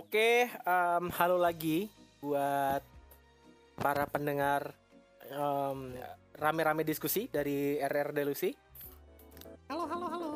Oke, halo lagi buat para pendengar rame-rame diskusi dari RR Delusi. Halo, halo, halo.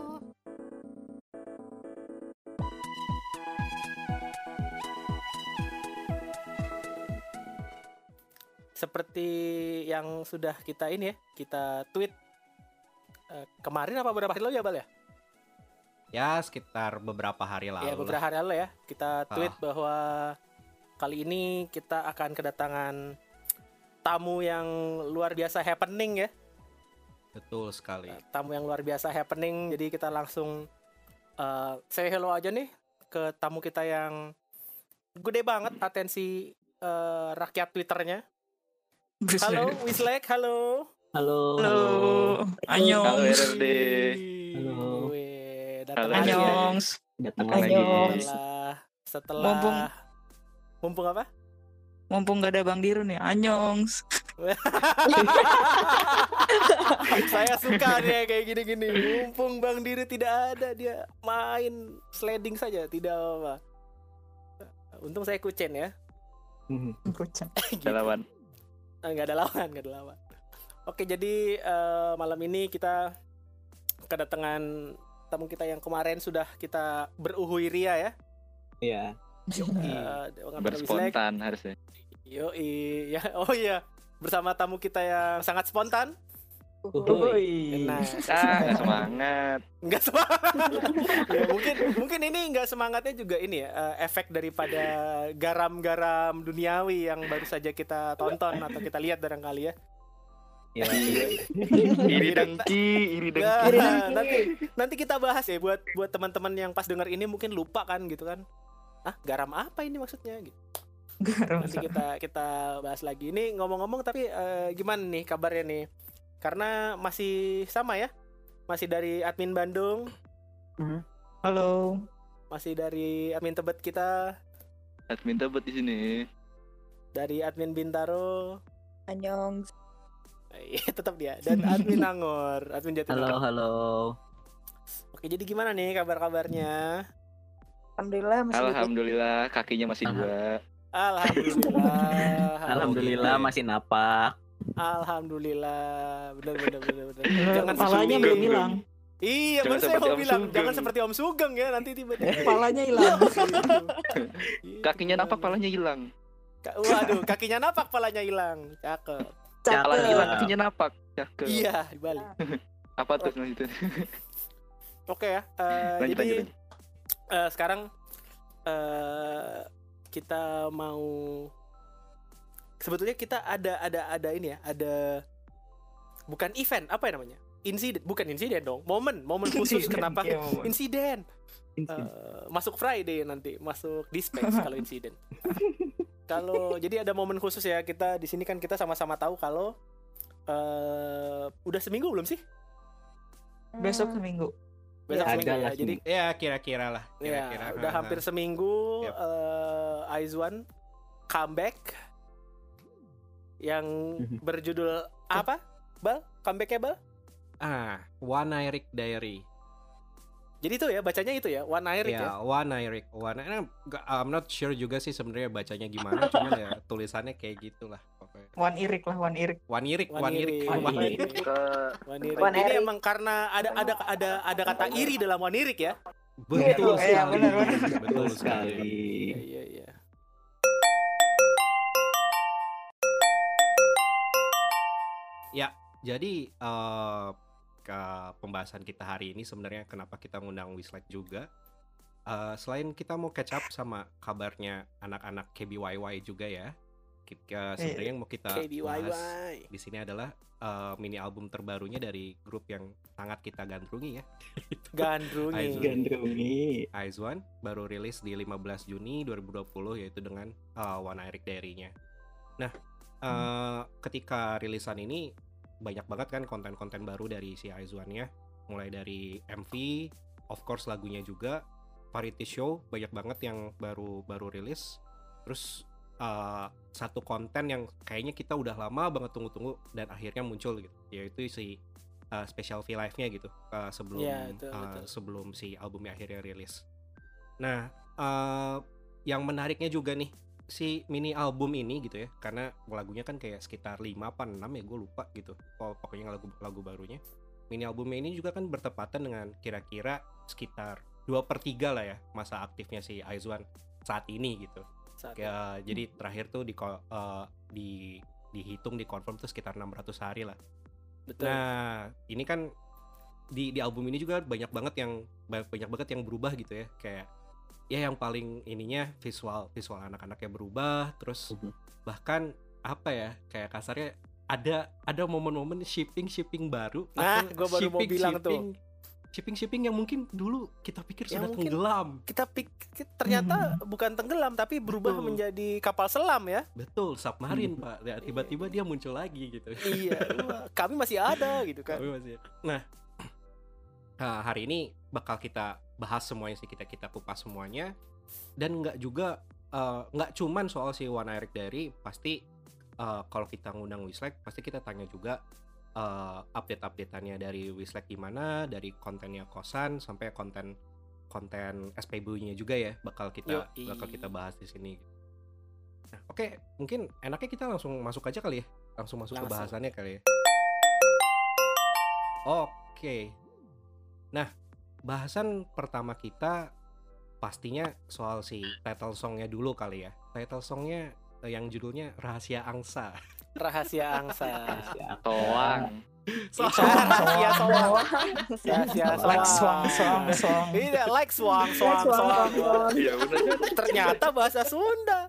Seperti yang sudah kita ini ya, kita tweet kemarin apa beberapa hari lalu ya, Bal ya? Ya, sekitar beberapa hari lalu. Ya, beberapa hari lalu ya. Kita tweet bahwa kali ini kita akan kedatangan tamu yang luar biasa happening ya. Betul sekali. Tamu yang luar biasa happening. Jadi kita langsung say hello aja nih ke tamu kita yang gede banget atensi rakyat Twitternya. Halo, Wislek, halo. Halo. Halo. Annyeong. Halo RRD. Halo. Datang Halo. lagi ya. Annyeong. Datang Annyeong. lagi. Setelah mumpung apa? Mumpung gak ada Bang Dirun ya. Annyeong. Saya suka nih kayak gini-gini. Mumpung Bang Diri tidak ada, dia main sliding saja, tidak apa. Untung saya kucen ya. Kucing. Gitu. Lawan. Nggak ada lawan. Oke, jadi malam ini kita kedatangan tamu kita yang kemarin sudah kita beruhuiria ya. Iya. Berspontan Harusnya. Yoi, ya, oh iya, bersama tamu kita yang sangat spontan. Nah, Nggak semangat. nggak semangat. Ya, mungkin ini nggak semangatnya juga ini ya, efek daripada garam-garam duniawi yang baru saja kita tonton atau kita lihat barangkali ya. Iya. Iri Iri Nah, nanti kita bahas ya buat teman-teman yang pas dengar ini mungkin lupa kan gitu kan. Ah, garam apa ini maksudnya gitu. Nanti kita bahas lagi. Ini ngomong-ngomong tapi gimana nih kabarnya nih? Karena masih sama ya. Masih dari admin Bandung. Halo. Masih dari admin Tebet kita. Admin Tebet di sini. Dari admin Bintaro. Annyeong. Tetap dia. Dan admin Nangor, admin Jatinangor. Halo. Oke, jadi gimana nih kabar-kabarnya? Alhamdulillah Kakinya masih dua. Alhamdulillah masih napak. Alhamdulillah. Benar. Jangan palanya belum hilang. Iya, Jangan baru saya seperti mau Om bilang Sugeng. jangan seperti Om Sugeng ya nanti tiba-tiba. Palanya hilang. Kakinya napak, palanya hilang. Waduh, kakinya napak, palanya hilang. Cakep. Palanya hilang, kakinya napak. Cakep. Iya, dibalik. Apa tuh itu? Oke ya. Lanjut. Sekarang kita mau sebetulnya kita ada ini ya, ada bukan event, apa ya namanya? Bukan insiden dong. Momen khusus. Kenapa? Insiden. Masuk Friday nanti, masuk dispatch kalau insiden. Kalau jadi ada momen khusus ya, kita di sini kan kita sama-sama tahu kalau udah seminggu belum sih? Besok seminggu. Besok Ya, seminggu ya. adalah Jadi Ya, kira-kira lah. ya, udah hampir seminggu. Yep. Aizwan comeback yang berjudul apa? Bal? Comeback-nya Bal? One Irik Diary. Jadi itu ya, bacanya itu ya, One Irik ya. Ya, One Irik. I'm not sure juga sih sebenarnya bacanya gimana, cuman ya tulisannya kayak gitulah pokoknya. One Irik. One Irik. One Irik. One Ini Irik. emang karena ada kata iri dalam One Irik ya. Betul Iya, sekali. benar. Betul sekali. Iya. Ya, jadi ke pembahasan kita hari ini sebenarnya kenapa kita ngundang Wislek juga. Selain kita mau catch up sama kabarnya anak-anak KBYY juga ya. Sebenarnya yang mau kita bahas KBYY. di sini adalah mini album terbarunya dari grup yang sangat kita gandrungi ya. Gandrungi. Aizwan baru rilis di 15 Juni 2020 yaitu dengan One Irik Diary-nya. Nah, ketika rilisan ini banyak banget kan konten-konten baru dari si Aizwan-nya, mulai dari MV, of course lagunya juga, variety show banyak banget yang baru rilis. Terus satu konten yang kayaknya kita udah lama banget tunggu-tunggu dan akhirnya muncul gitu, yaitu si special V live-nya gitu sebelum Ya, betul. sebelum si albumnya akhirnya rilis. Nah, yang menariknya juga nih si mini album ini gitu ya, karena lagunya kan kayak sekitar 5 apa 6 ya, gue lupa gitu. Pokoknya lagu barunya. Mini albumnya ini juga kan bertepatan dengan kira-kira sekitar 2/3 lah ya masa aktifnya si Aizwan saat ini gitu. Jadi terakhir tuh dihitung, dikonfirm tuh sekitar 600 hari lah. Betul. Nah, ini kan di album ini juga banyak banget yang berubah gitu ya. Kayak ya yang paling ininya visual anak-anaknya berubah, terus bahkan apa ya, kayak kasarnya ada momen-momen shipping baru. Nah, gue baru mau bilang tuh. Shipping yang mungkin dulu kita pikir Yang sudah tenggelam. Kita pikir ternyata bukan tenggelam tapi berubah menjadi kapal selam ya. Betul, submarine Pak. Ya, tiba-tiba dia muncul lagi gitu. Iya, kami masih ada gitu kan. Nah, hari ini bakal kita bahas semuanya sih, kita kupas semuanya. Dan nggak cuman soal si One Eric Diary, pasti kalau kita ngundang Wishlag pasti kita tanya juga update-updateannya dari Wishlag gimana, dari kontennya kosan sampai konten SPBU-nya juga ya bakal kita bahas di sini. Nah, oke, mungkin enaknya kita langsung masuk aja kali ya. Langsung masuk ke bahasannya kali ya. Oke. Nah, bahasan pertama kita pastinya soal si title songnya dulu kali ya. Title songnya yang judulnya Rahasia Angsa. Rahasia Angsa. Toang. Rahasia soang. Like swang. Iya, like swang. Iya benar. Ternyata bahasa Sunda.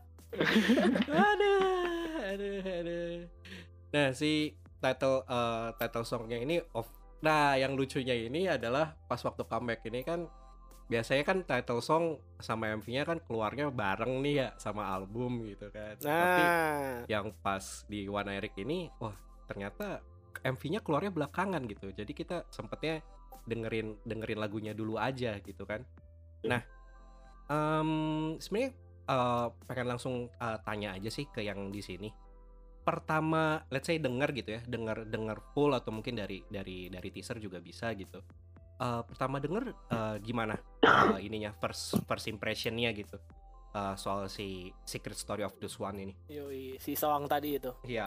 Aduh. Nah, si title songnya ini Nah, yang lucunya ini adalah pas waktu comeback ini kan biasanya kan title song sama MV-nya kan keluarnya bareng nih ya sama album gitu kan. Tapi yang pas di One Eric ini, wah ternyata MV-nya keluarnya belakangan gitu. Jadi kita sempetnya dengerin lagunya dulu aja gitu kan. Nah, sebenarnya pengen langsung tanya aja sih ke yang di sini. Pertama, let's say denger gitu ya, denger full atau mungkin dari teaser juga bisa gitu. Pertama denger gimana ininya first impressionnya gitu soal si Secret Story of the Swan ini. Yoi, si Soang tadi itu. Iya.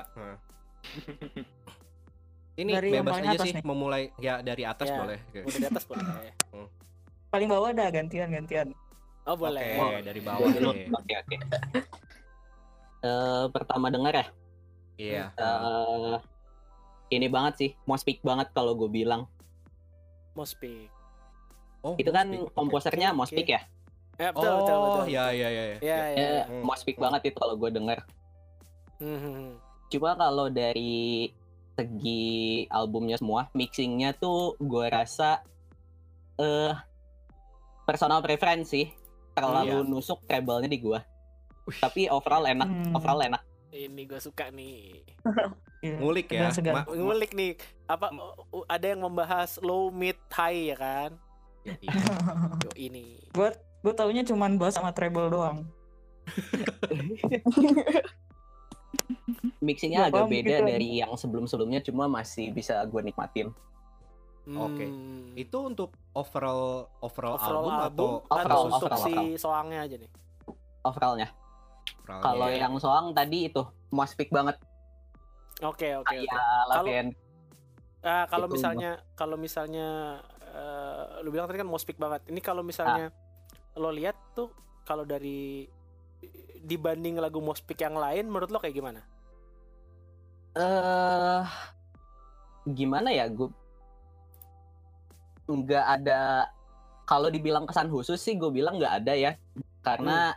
Ini dari bebas aja sih nih. memulai ya dari atas Ya, boleh. Dari atas boleh. Paling bawah ada gantian. Oh boleh. Oke, dari bawah deh. Oke. Pertama dengar ya. Iya. Ini banget sih, Mospeak banget kalau gue bilang. Mospeak. Oh, Itu kan Mospeak. komposernya Oke. Mospeak ya. Ya, betul. Iya. Ya. Mospeak banget itu kalau gue denger. Cuma kalau dari segi albumnya semua, mixingnya tuh gue rasa personal preference sih, terlalu nusuk treble-nya di gue. Tapi overall enak. Ini gue suka nih. Ngulik ya. Ngulik nih. Apa ada yang membahas low, mid, high ya kan? Yo ini. Gue taunya cuman bass sama treble doang. Mixingnya agak beda gitu. dari yang sebelum-sebelumnya, cuma masih bisa gue nikmatin. Oke. Itu untuk overall album Overall, untuk overall. si Soangnya aja nih. Overallnya. Kalau yang Soang tadi itu Mospeak banget. Oke. Kalau misalnya lu bilang tadi kan Mospeak banget. Ini kalau misalnya lo lihat tuh, kalau dari dibanding lagu Mospeak yang lain, menurut lo kayak gimana? Gimana ya, gue nggak ada. Kalau dibilang kesan khusus sih, gue bilang nggak ada ya, karena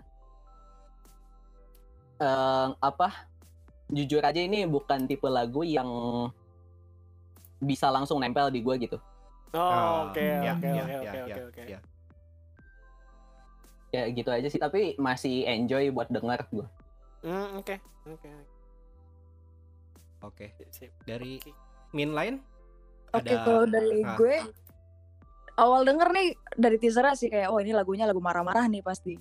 jujur aja ini bukan tipe lagu yang bisa langsung nempel di gue gitu. Oke. Ya gitu aja sih, tapi masih enjoy buat denger gue. Oke. Dari Min lain? Oke, kalau dari gue awal denger nih dari teasernya sih kayak ini lagunya lagu marah-marah nih pasti.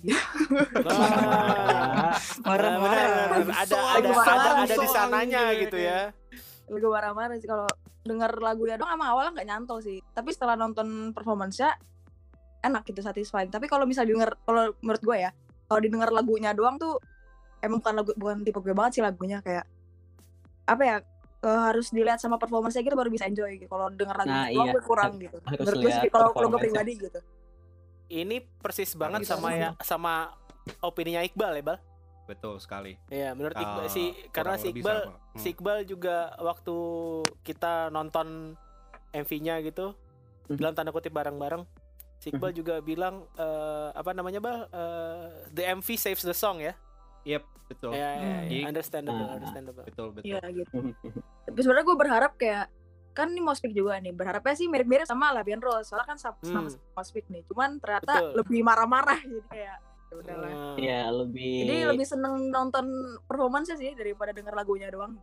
Marah-marah. Ada di sananya gitu ya. Lagu marah-marah sih, kalau denger lagunya dong emang awalnya nggak nyantol sih. Tapi setelah nonton performance-nya enak gitu, satisfying. Tapi kalau misalnya denger, kalau menurut gue ya, kalau didengar lagunya doang tuh emang bukan tipe gue banget sih lagunya, kayak apa ya, harus dilihat sama performance-nya gitu baru bisa enjoy gitu. Kalau denger lagunya doang gue kurang gitu. Menurut gue sih kalau gue pribadi gitu. Ini persis banget sama opininya Iqbal ya, Bal? Betul sekali. Iya, menurut Iqbal sih, karena si Iqbal juga waktu kita nonton MV-nya gitu, dalam tanda kutip bareng-bareng, si Iqbal juga bilang apa namanya, Bal? The MV saves the song ya. Yep, betul. Ya, understandable. Betul. Iya gitu. Tapi sebenarnya gue berharap kayak, kan ini Mospeak juga nih, berharapnya sih mirip-mirip sama Labian Rose, soalnya kan sama Mospeak nih, cuman ternyata lebih marah-marah, jadi kayak ya udahlah. Iya, lebih. Jadi lebih seneng nonton performance sih daripada denger lagunya doang.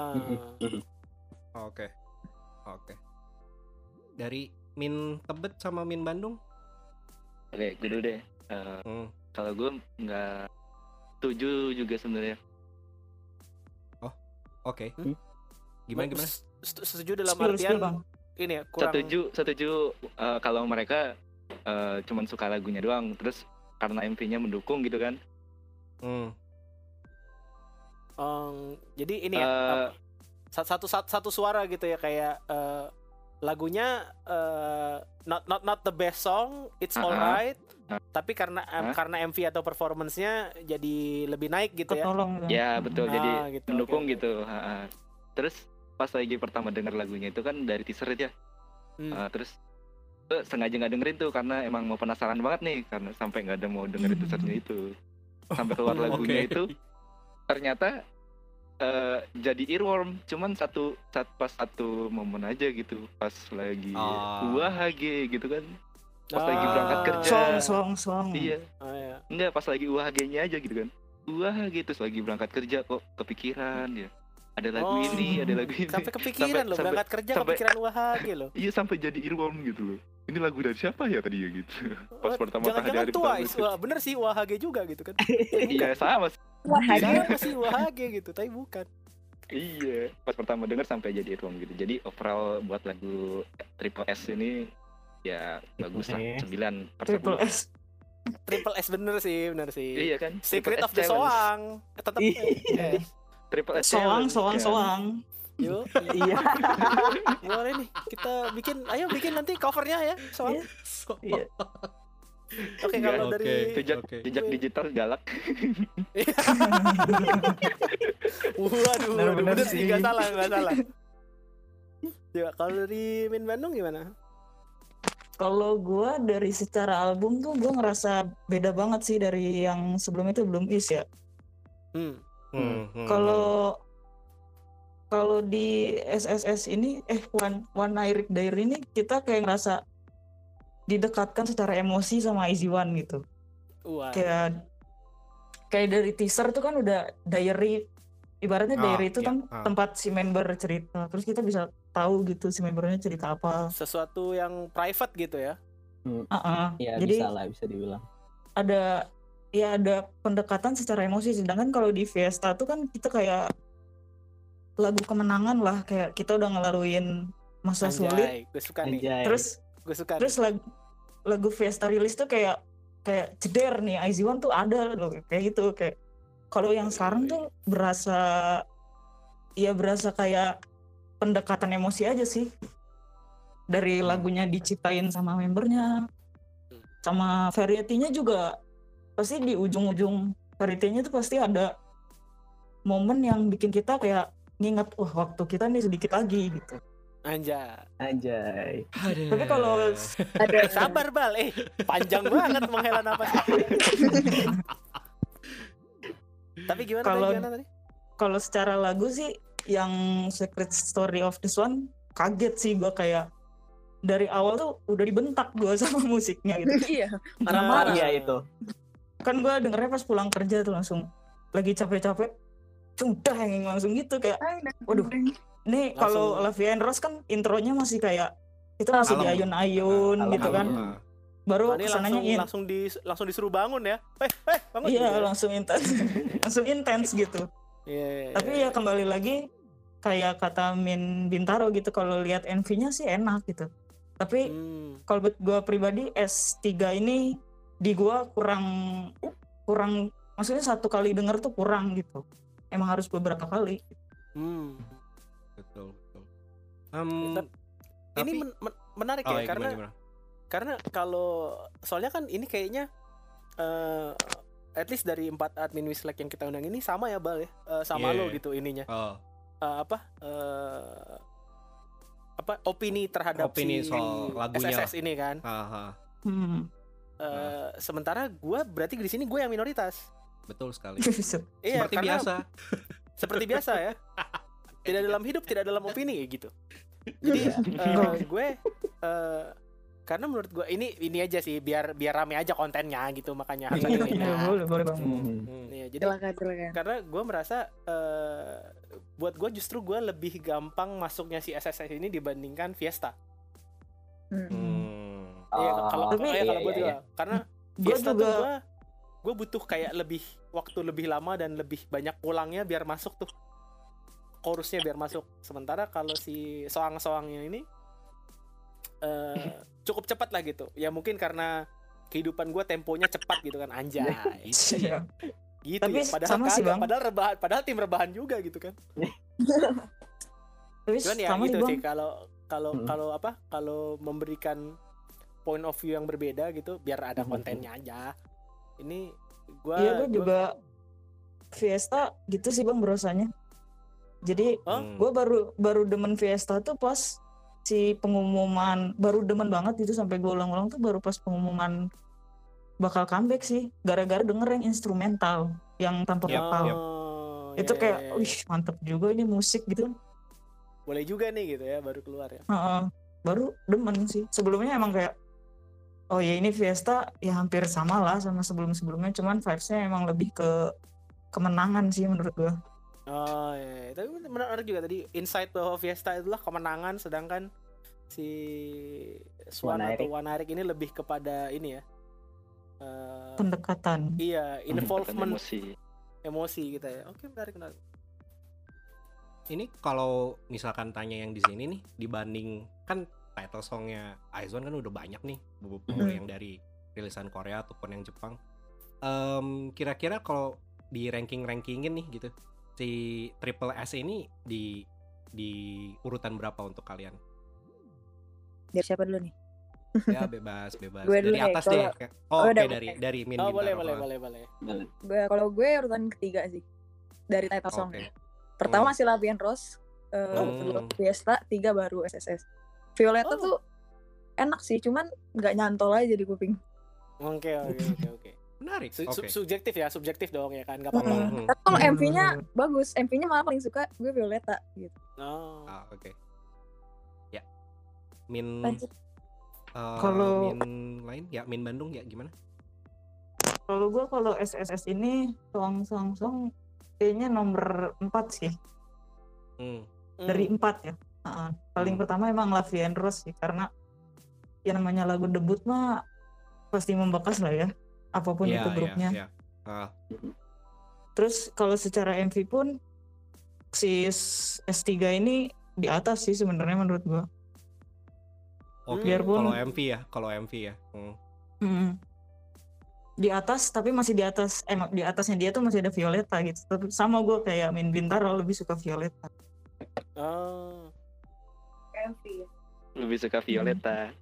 Oke. Dari Min Tebet sama Min Bandung? Oke, gue dulu deh. Kalau gue nggak setuju juga sebenarnya. Oh, oke. Gimana? Setuju dalam artian ini ya, kurang. Setuju kalau mereka cuman suka lagunya doang, terus karena MV-nya mendukung gitu kan. Jadi ini ya, satu suara gitu ya, kayak lagunya not the best song, it's alright, tapi karena MV atau performance-nya jadi lebih naik gitu ya. Ya betul, jadi gitu, mendukung gitu. Terus pas lagi pertama denger lagunya itu kan dari teaser aja. Terus sengaja nggak dengerin tuh karena emang mau penasaran banget nih, karena sampai nggak ada mau dengerin teasernya itu. Sampai keluar lagunya itu ternyata jadi earworm, cuman pas satu momen aja gitu, pas lagi UAHG gitu kan, pas lagi berangkat kerja. Song. Iya. Enggak, pas lagi UAHG-nya aja gitu kan. UAHG terus lagi berangkat kerja kok kepikiran ya. Ada lagu ini, ada lagu ini. Sampai kepikiran loh, berangkat kerja kepikiran UAHG loh. Iya, sampai jadi earworm gitu loh. Ini lagu dari siapa ya tadi ya gitu. Pas pertama jangan-jangan Twice, bener sih UAHG juga gitu kan. Iya, sama sih UAHG gitu, tapi bukan. Iya, pas pertama denger sampai jadi earworm gitu. Jadi overall buat lagu Triple S ini ya bagus lah, 9/10. Triple S bener sih. Iya kan? Secret of the Soang. Tetap Triple S Soang. Yuk, iya. Boleh nih, kita bikin nanti covernya ya, Soang. Iya. Oke, kalau dari jejak digital galak. Waduh, bener sih, nggak salah. Ya, kalau dari Min Bandung gimana? Kalau gue dari secara album tuh gue ngerasa beda banget sih dari yang sebelum itu, belum Is ya. Kalau di SSS ini One Night Diary ini kita kayak ngerasa didekatkan secara emosi sama Easy One gitu. Kayak dari teaser tuh kan udah diary, ibaratnya diary itu kan tempat si member cerita, terus kita bisa tahu gitu si membernya cerita apa, sesuatu yang private gitu ya. Ya, jadi bisa dibilang ada pendekatan secara emosi. Sedangkan kalau di Fiesta tuh kan kita kayak lagu kemenangan lah, kayak kita udah ngelaluin masa sulit. Gue suka nih. Terus lagu Fiesta rilis tuh kayak jeder nih, Easy One tuh ada loh, kayak gitu. Kayak kalau yang sekarang tuh berasa kayak pendekatan emosi aja sih, dari lagunya diciptain sama membernya, sama variety-nya juga. Pasti di ujung-ujung variety-nya tuh pasti ada momen yang bikin kita kayak nginget, wah waktu kita nih sedikit lagi gitu. Anjay. Tapi kalau sabar Bal, panjang banget menghela napas. Tapi gimana tadi? Kalau secara lagu sih yang Secret Story of This One kaget sih gue, kayak dari awal tuh udah dibentak gue sama musiknya gitu. Iya. Marah-marah. Iya itu. Kan gue dengernya pas pulang kerja tuh langsung lagi capek-capek, udah langsung gitu kayak, waduh. Ini kalau Lavian Rose kan intronya masih kayak itu masih diayun-ayun gitu kan. Baru kesananya langsung disuruh bangun ya. Bangun. Iya, gitu. langsung intens gitu. Tapi ya kembali lagi kayak kata Min Bintaro gitu, kalau lihat MV-nya sih enak gitu. Tapi kalau buat gue pribadi S3 ini di gue kurang kurang, maksudnya satu kali denger tuh kurang gitu, emang harus beberapa kali. Betul. Ini menarik ya, karena kalau soalnya kan ini kayaknya at least dari 4 admin Wishlag yang kita undang ini sama ya Bal ya, sama lo gitu ininya. Opini terhadap soal lagunya SSS ini kan. Sementara gue berarti di sini gue yang minoritas. Betul sekali. Iya, Seperti biasa ya. Tidak dalam hidup, tidak dalam opini gitu. Jadi gue karena menurut gue ini aja sih biar rame aja kontennya gitu, makanya harus ada ini. Boleh bang. Iya, jadi karena gue merasa buat gue justru gue lebih gampang masuknya si SSS ini dibandingkan Fiesta. Iya, kalau buat gue, karena Fiesta tuh gue butuh kayak waktu lebih lama dan lebih banyak pulangnya biar masuk tuh chorusnya biar masuk. Sementara kalau si soang-soangnya ini cukup cepat lah gitu. Ya mungkin karena kehidupan gue temponya cepat gitu kan, anjay. Gitu. Tapi ya. Padahal tim rebahan juga gitu kan. Cuman ya gitu sih, kalau memberikan point of view yang berbeda gitu biar ada kontennya aja. Ini gue juga Fiesta gitu sih bang berasanya. Jadi gue baru demen Fiesta tuh pas si pengumuman, baru demen banget itu sampai gue ulang-ulang tuh baru pas pengumuman bakal comeback sih, gara-gara denger yang instrumental yang tanpa vokal. Itu kayak wih mantep juga ini musik gitu. Boleh juga nih gitu ya, baru keluar ya. Baru demen sih. Sebelumnya emang kayak oh ya ini Fiesta ya hampir sama lah sama sebelum-sebelumnya, cuman vibes-nya emang lebih ke kemenangan sih menurut gue. Oh iya, tapi menarik juga tadi insight bahwa Fiesta itulah kemenangan, sedangkan si Swan atau Wanarik ini lebih kepada ini ya, pendekatan. Iya, involvement emosi gitu ya. Oke, menarik. Ini kalau misalkan tanya yang di sini nih, dibanding kan title songnya Aizwan kan udah banyak nih, beberapa yang dari rilisan Korea ataupun yang Jepang. Kira-kira kalau di rankingin nih gitu, si Triple S ini di urutan berapa untuk kalian? Dari siapa dulu nih? Ya bebas. Dari atas deh. Dari min. Boleh. Kalau gue urutan ketiga sih dari title song. Pertama si Labian Rose, Fiesta, 3 baru SSS. Violeta tuh enak sih, cuman nggak nyantol aja di kuping. Oke. Menarik. Subjektif dong ya kan, nggak apa-apa. Tapi kalau MV-nya bagus, MV-nya malah paling suka gue Violeta gitu. Oke. Ya. Min. Kalau min lain ya, min Bandung ya gimana? Kalau gue SSS ini song kayaknya nomor 4 sih. Dari 4 ya. Paling pertama emang Lavian Rose sih, karena yang namanya lagu debut mah pasti membekas lah ya, apapun itu grupnya. Terus kalau secara MV pun si S3 ini di atas sih sebenarnya menurut gua. Biarpun kalau MV ya. Di atas, tapi masih di atasnya dia tuh masih ada Violeta gitu. Tapi sama gua kayak Min Bintaro lebih suka Violeta. MV ya. Lebih suka Violeta.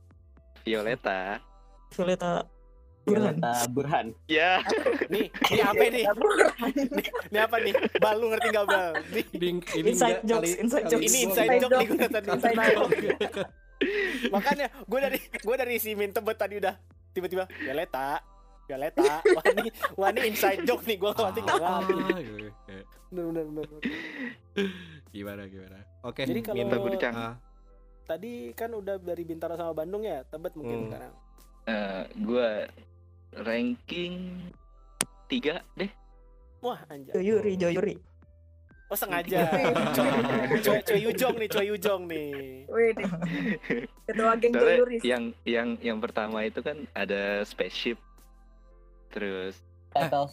Burhan. Ya. Nih apa nih? Ini apa nih? Bal, lu ngerti enggak, Bal? Ini inside jokes. Ini inside joke nih, gue tadi. Makanya gue dari si Min Tebet tadi udah tiba-tiba Violeta. Wah ini inside joke nih, gue nanti nggak ngerti. Bener. Gimana? Oke. Jadi kalau tadi kan udah dari Bintaro sama Bandung ya, Tebet mungkin sekarang. Gue ranking 3 deh. Wah anjay. Joyuri. Oh sengaja. Choi Yujong nih. Wih deh. Ketua geng Joyuri. Yang pertama itu kan ada Spaceship. Terus title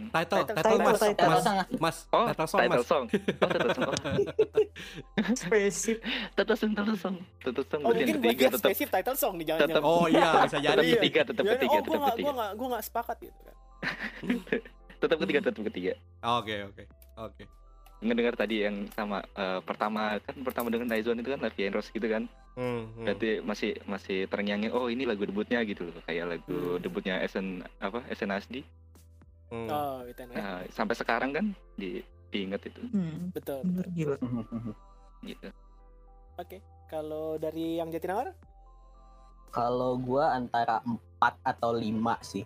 song. Spaceship. Title song. Mungkin gue kira Spaceship title song nih, jangan. Oh iya, bisa jadi. Tetap ketiga. Gue nggak sepakat gitu kan. Tetap ketiga. Oke. Ngedengar tadi yang sama pertama dengan Naizon itu kan Lavian Rose gitu kan. Berarti masih terngiang-ngiang, oh ini lagu debutnya gitu loh, kayak lagu debutnya SNSD. Oh, gitu ya. Nah, sampai sekarang kan diinget itu. Betul. Gila. Gitu. Oke. Kalau dari yang Jatinangor? Kalau gua antara 4 atau 5 sih.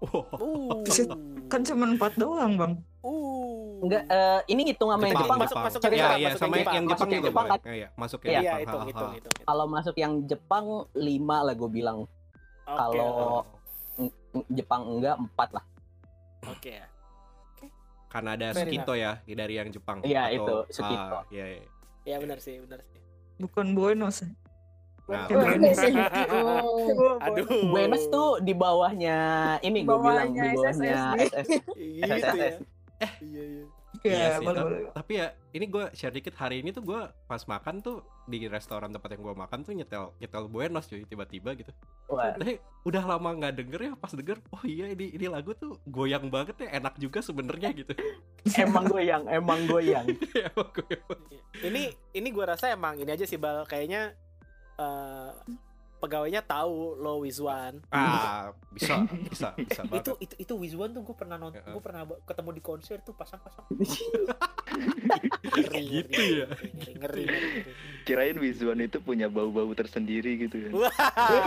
Kan cuma 4 doang, Bang. Enggak, ini hitung sama yang Jepang. Masuk Iya, sama yang Jepang juga Jepang kan? Iya, masuk ya. Iya, Jepang. hitung. Kalau masuk yang Jepang 5 lah gue bilang. Kalau Jepang enggak 4 lah. Oke. Karena ada Sukito ya dari yang Jepang. Iya, itu Sukito. Iya. Iya, benar sih. Bukan Buenos. Aduh. Buenos tuh di bawahnya ini gue bilang di bawahnya SS. Gitu ya. Iya sih, tapi ya ini gue share dikit, hari ini tuh gue pas makan tuh di restoran tempat yang gue makan tuh nyetel Buenos cuy, tiba-tiba gitu. Tapi udah lama nggak denger ya, pas denger oh iya ini lagu tuh goyang banget ya, enak juga sebenarnya gitu. emang goyang. Ini gue rasa emang ini aja sih Bal, kayaknya pegawainya tahu lo Wizwan. Bisa banget. Itu Wizwan tuh gue pernah ketemu di konser tuh pasang-pasang. Gitu ya. Ngeri. Kirain Wizwan itu punya bau-bau tersendiri gitu ya. Wah,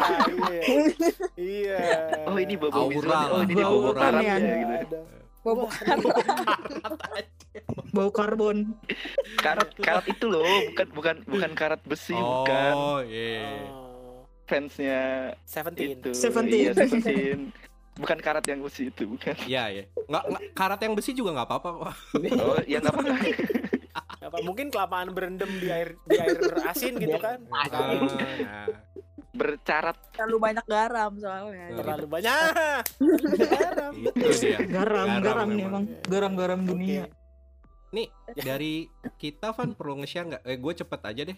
iya. Oh ini bau Wizwan. Oh ini bau bau karatnya gitu. Bau karbon. Karat itu loh, bukan karat besi, bukan. Oh iya. Fansnya Seventeen. Iya, Seventeen. Bukan karat yang besi itu, bukan. Iya. Nggak, karat yang besi juga nggak apa-apa kok. Oh, ya nggak apa-apa. Mungkin kelamaan berendam di air asin gitu kan. Bercarat. Terlalu banyak garam soalnya. Terlalu banyak. Itu dia. Garam nih emang. Garam dunia. Nih dari kita Van perlu nge-share nggak? Gue cepet aja deh.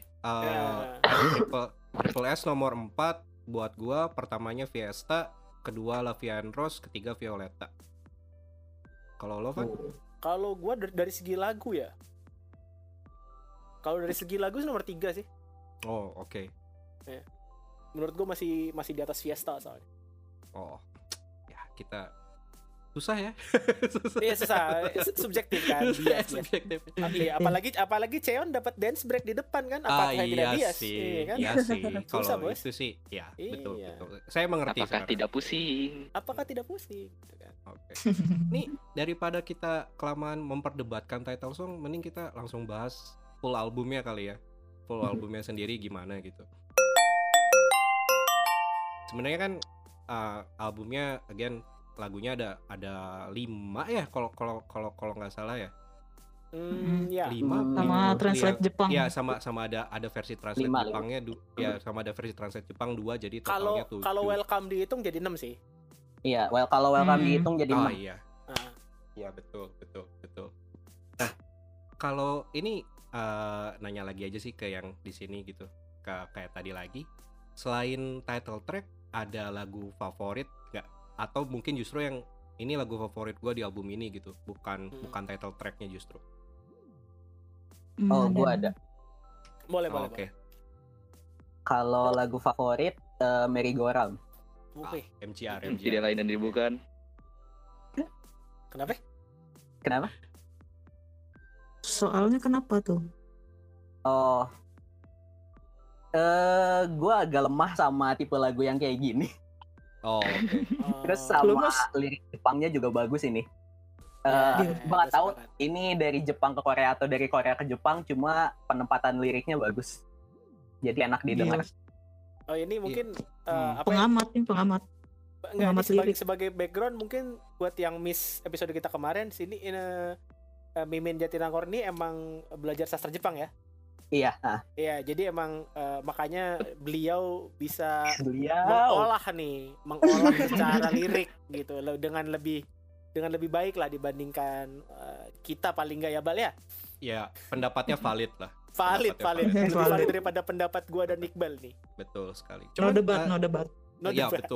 Triple S nomor 4 buat gue, pertamanya Fiesta, kedua Lavian Rose, ketiga Violeta. Kalau lo Van? Kalau gue dari segi lagu ya. Kalau dari segi lagu nomor 3 sih. Oh oke. Ya. Menurut gue masih di atas Fiesta soalnya. Oh ya kita susah ya. Iya susah, subjektif kan. Subjektif. Oke, apalagi Cheon dapat dance break di depan kan? Apakah tidak bias? Iya sih. Kalau itu sih, ya betul. Saya mengerti. Apakah tidak pusing? Gitu kan? Oke. Nih daripada kita kelamaan memperdebatkan title song, mending kita langsung bahas full albumnya kali ya. Full albumnya sendiri gimana gitu. Sebenarnya kan albumnya again lagunya ada 5 ya kalau nggak salah ya. Ya. 5 sama translate Jepang. Iya, sama ada versi translate Jepangnya ya, sama ada versi translate Jepang 2, jadi totalnya 7. Kalau welcome dihitung jadi 6 sih. Iya, kalau welcome dihitung jadi 6. Iya. Iya, betul. Nah, kalau ini nanya lagi aja sih ke yang di sini gitu. Kayak tadi lagi, selain title track ada lagu favorit nggak? Atau mungkin justru yang ini lagu favorit gue di album ini gitu, bukan title tracknya justru. Oh, gue ada. Boleh. Oke. Kalau lagu favorit Merry Go Round. MCR. Tidak lain dan bukan. Kenapa? Soalnya kenapa tuh? Oh, gue agak lemah sama tipe lagu yang kayak gini. Oh, oke. Terus sama lirik Jepangnya juga bagus ini. Gue nggak tahu ini dari Jepang ke Korea atau dari Korea ke Jepang, cuma penempatan liriknya bagus. Jadi enak didengar. Oh ini mungkin pengamat. Sebagai background mungkin buat yang miss episode kita kemarin, sini Mimin Jatinangor ini emang belajar sastra Jepang ya? Iya. Iya, jadi emang makanya beliau bisa mengolah secara lirik gitu dengan lebih baik lah dibandingkan kita paling nggak ya Bal ya? Ya, pendapatnya valid lah. Valid. Lebih valid daripada pendapat gua dan Iqbal nih. Betul sekali. No debat. Ya betul.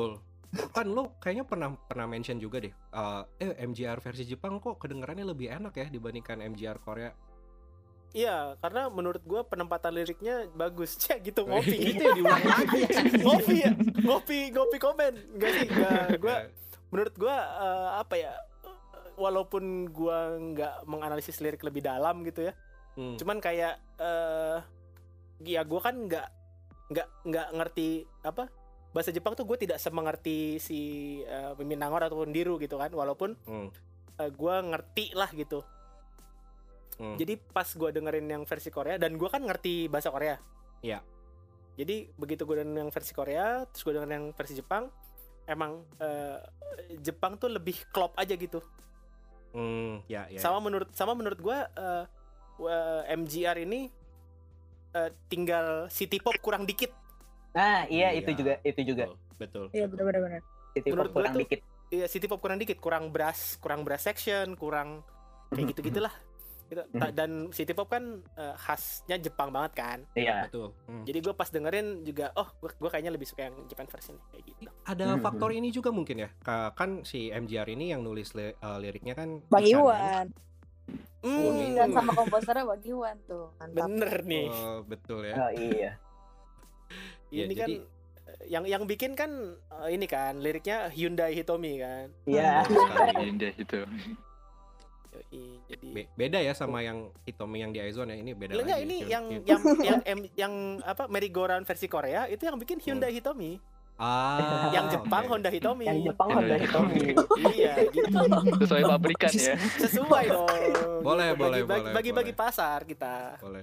kan lo kayaknya pernah mention juga deh. MGR versi Jepang kok kedengarannya lebih enak ya dibandingkan MGR Korea. Iya, karena menurut gue penempatan liriknya bagus. Cek gitu ngopi Itu yang diulang lagi. ngopi ya, ngopi komen. Enggak sih, gue menurut gue apa ya? Walaupun gue nggak menganalisis lirik lebih dalam gitu ya, cuman kayak ya gue kan nggak ngerti apa bahasa Jepang tuh, gue tidak semengerti si Minangor ataupun Diru gitu kan, walaupun gue ngerti lah gitu. Jadi pas gue dengerin yang versi Korea, dan gue kan ngerti bahasa Korea. Iya. Jadi begitu gue dengerin yang versi Korea, terus gue dengerin yang versi Jepang, emang Jepang tuh lebih klop aja gitu. Ya. Sama menurut gue MGR ini tinggal city pop kurang dikit. Nah, iya itu juga. Betul. Iya, benar. City pop kurang dikit. Iya, city pop kurang dikit, kurang brass section, kurang kayak gitu-gitulah. Gitu. Dan city pop kan khasnya Jepang banget kan. Iya. Betul. Jadi gue pas dengerin juga, gue kayaknya lebih suka yang Japan version kayak gitu. Ada faktor ini juga mungkin ya. Kan si MGR ini yang nulis liriknya kan Bang Iwan. Kan? Dan sama komposernya Bang Iwan tuh. Mantap. Bener nih. Betul ya. Oh iya. Ini kan yang bikin kan ini kan liriknya Hyundai Hitomi kan. Iya. Hyundai Hitomi. Jadi beda ya sama yang Hitomi yang di Aizone ya, ini beda lagi. Enggak, ini yang apa merry-go-round versi Korea itu yang bikin Hyundai Hitomi. Yang Jepang Honda Hitomi. Yang Jepang Honda Hitomi. Iya, gitu. Sesuai pabrikan ya. Sesuai dong. Boleh. Bagi pasar kita. Boleh.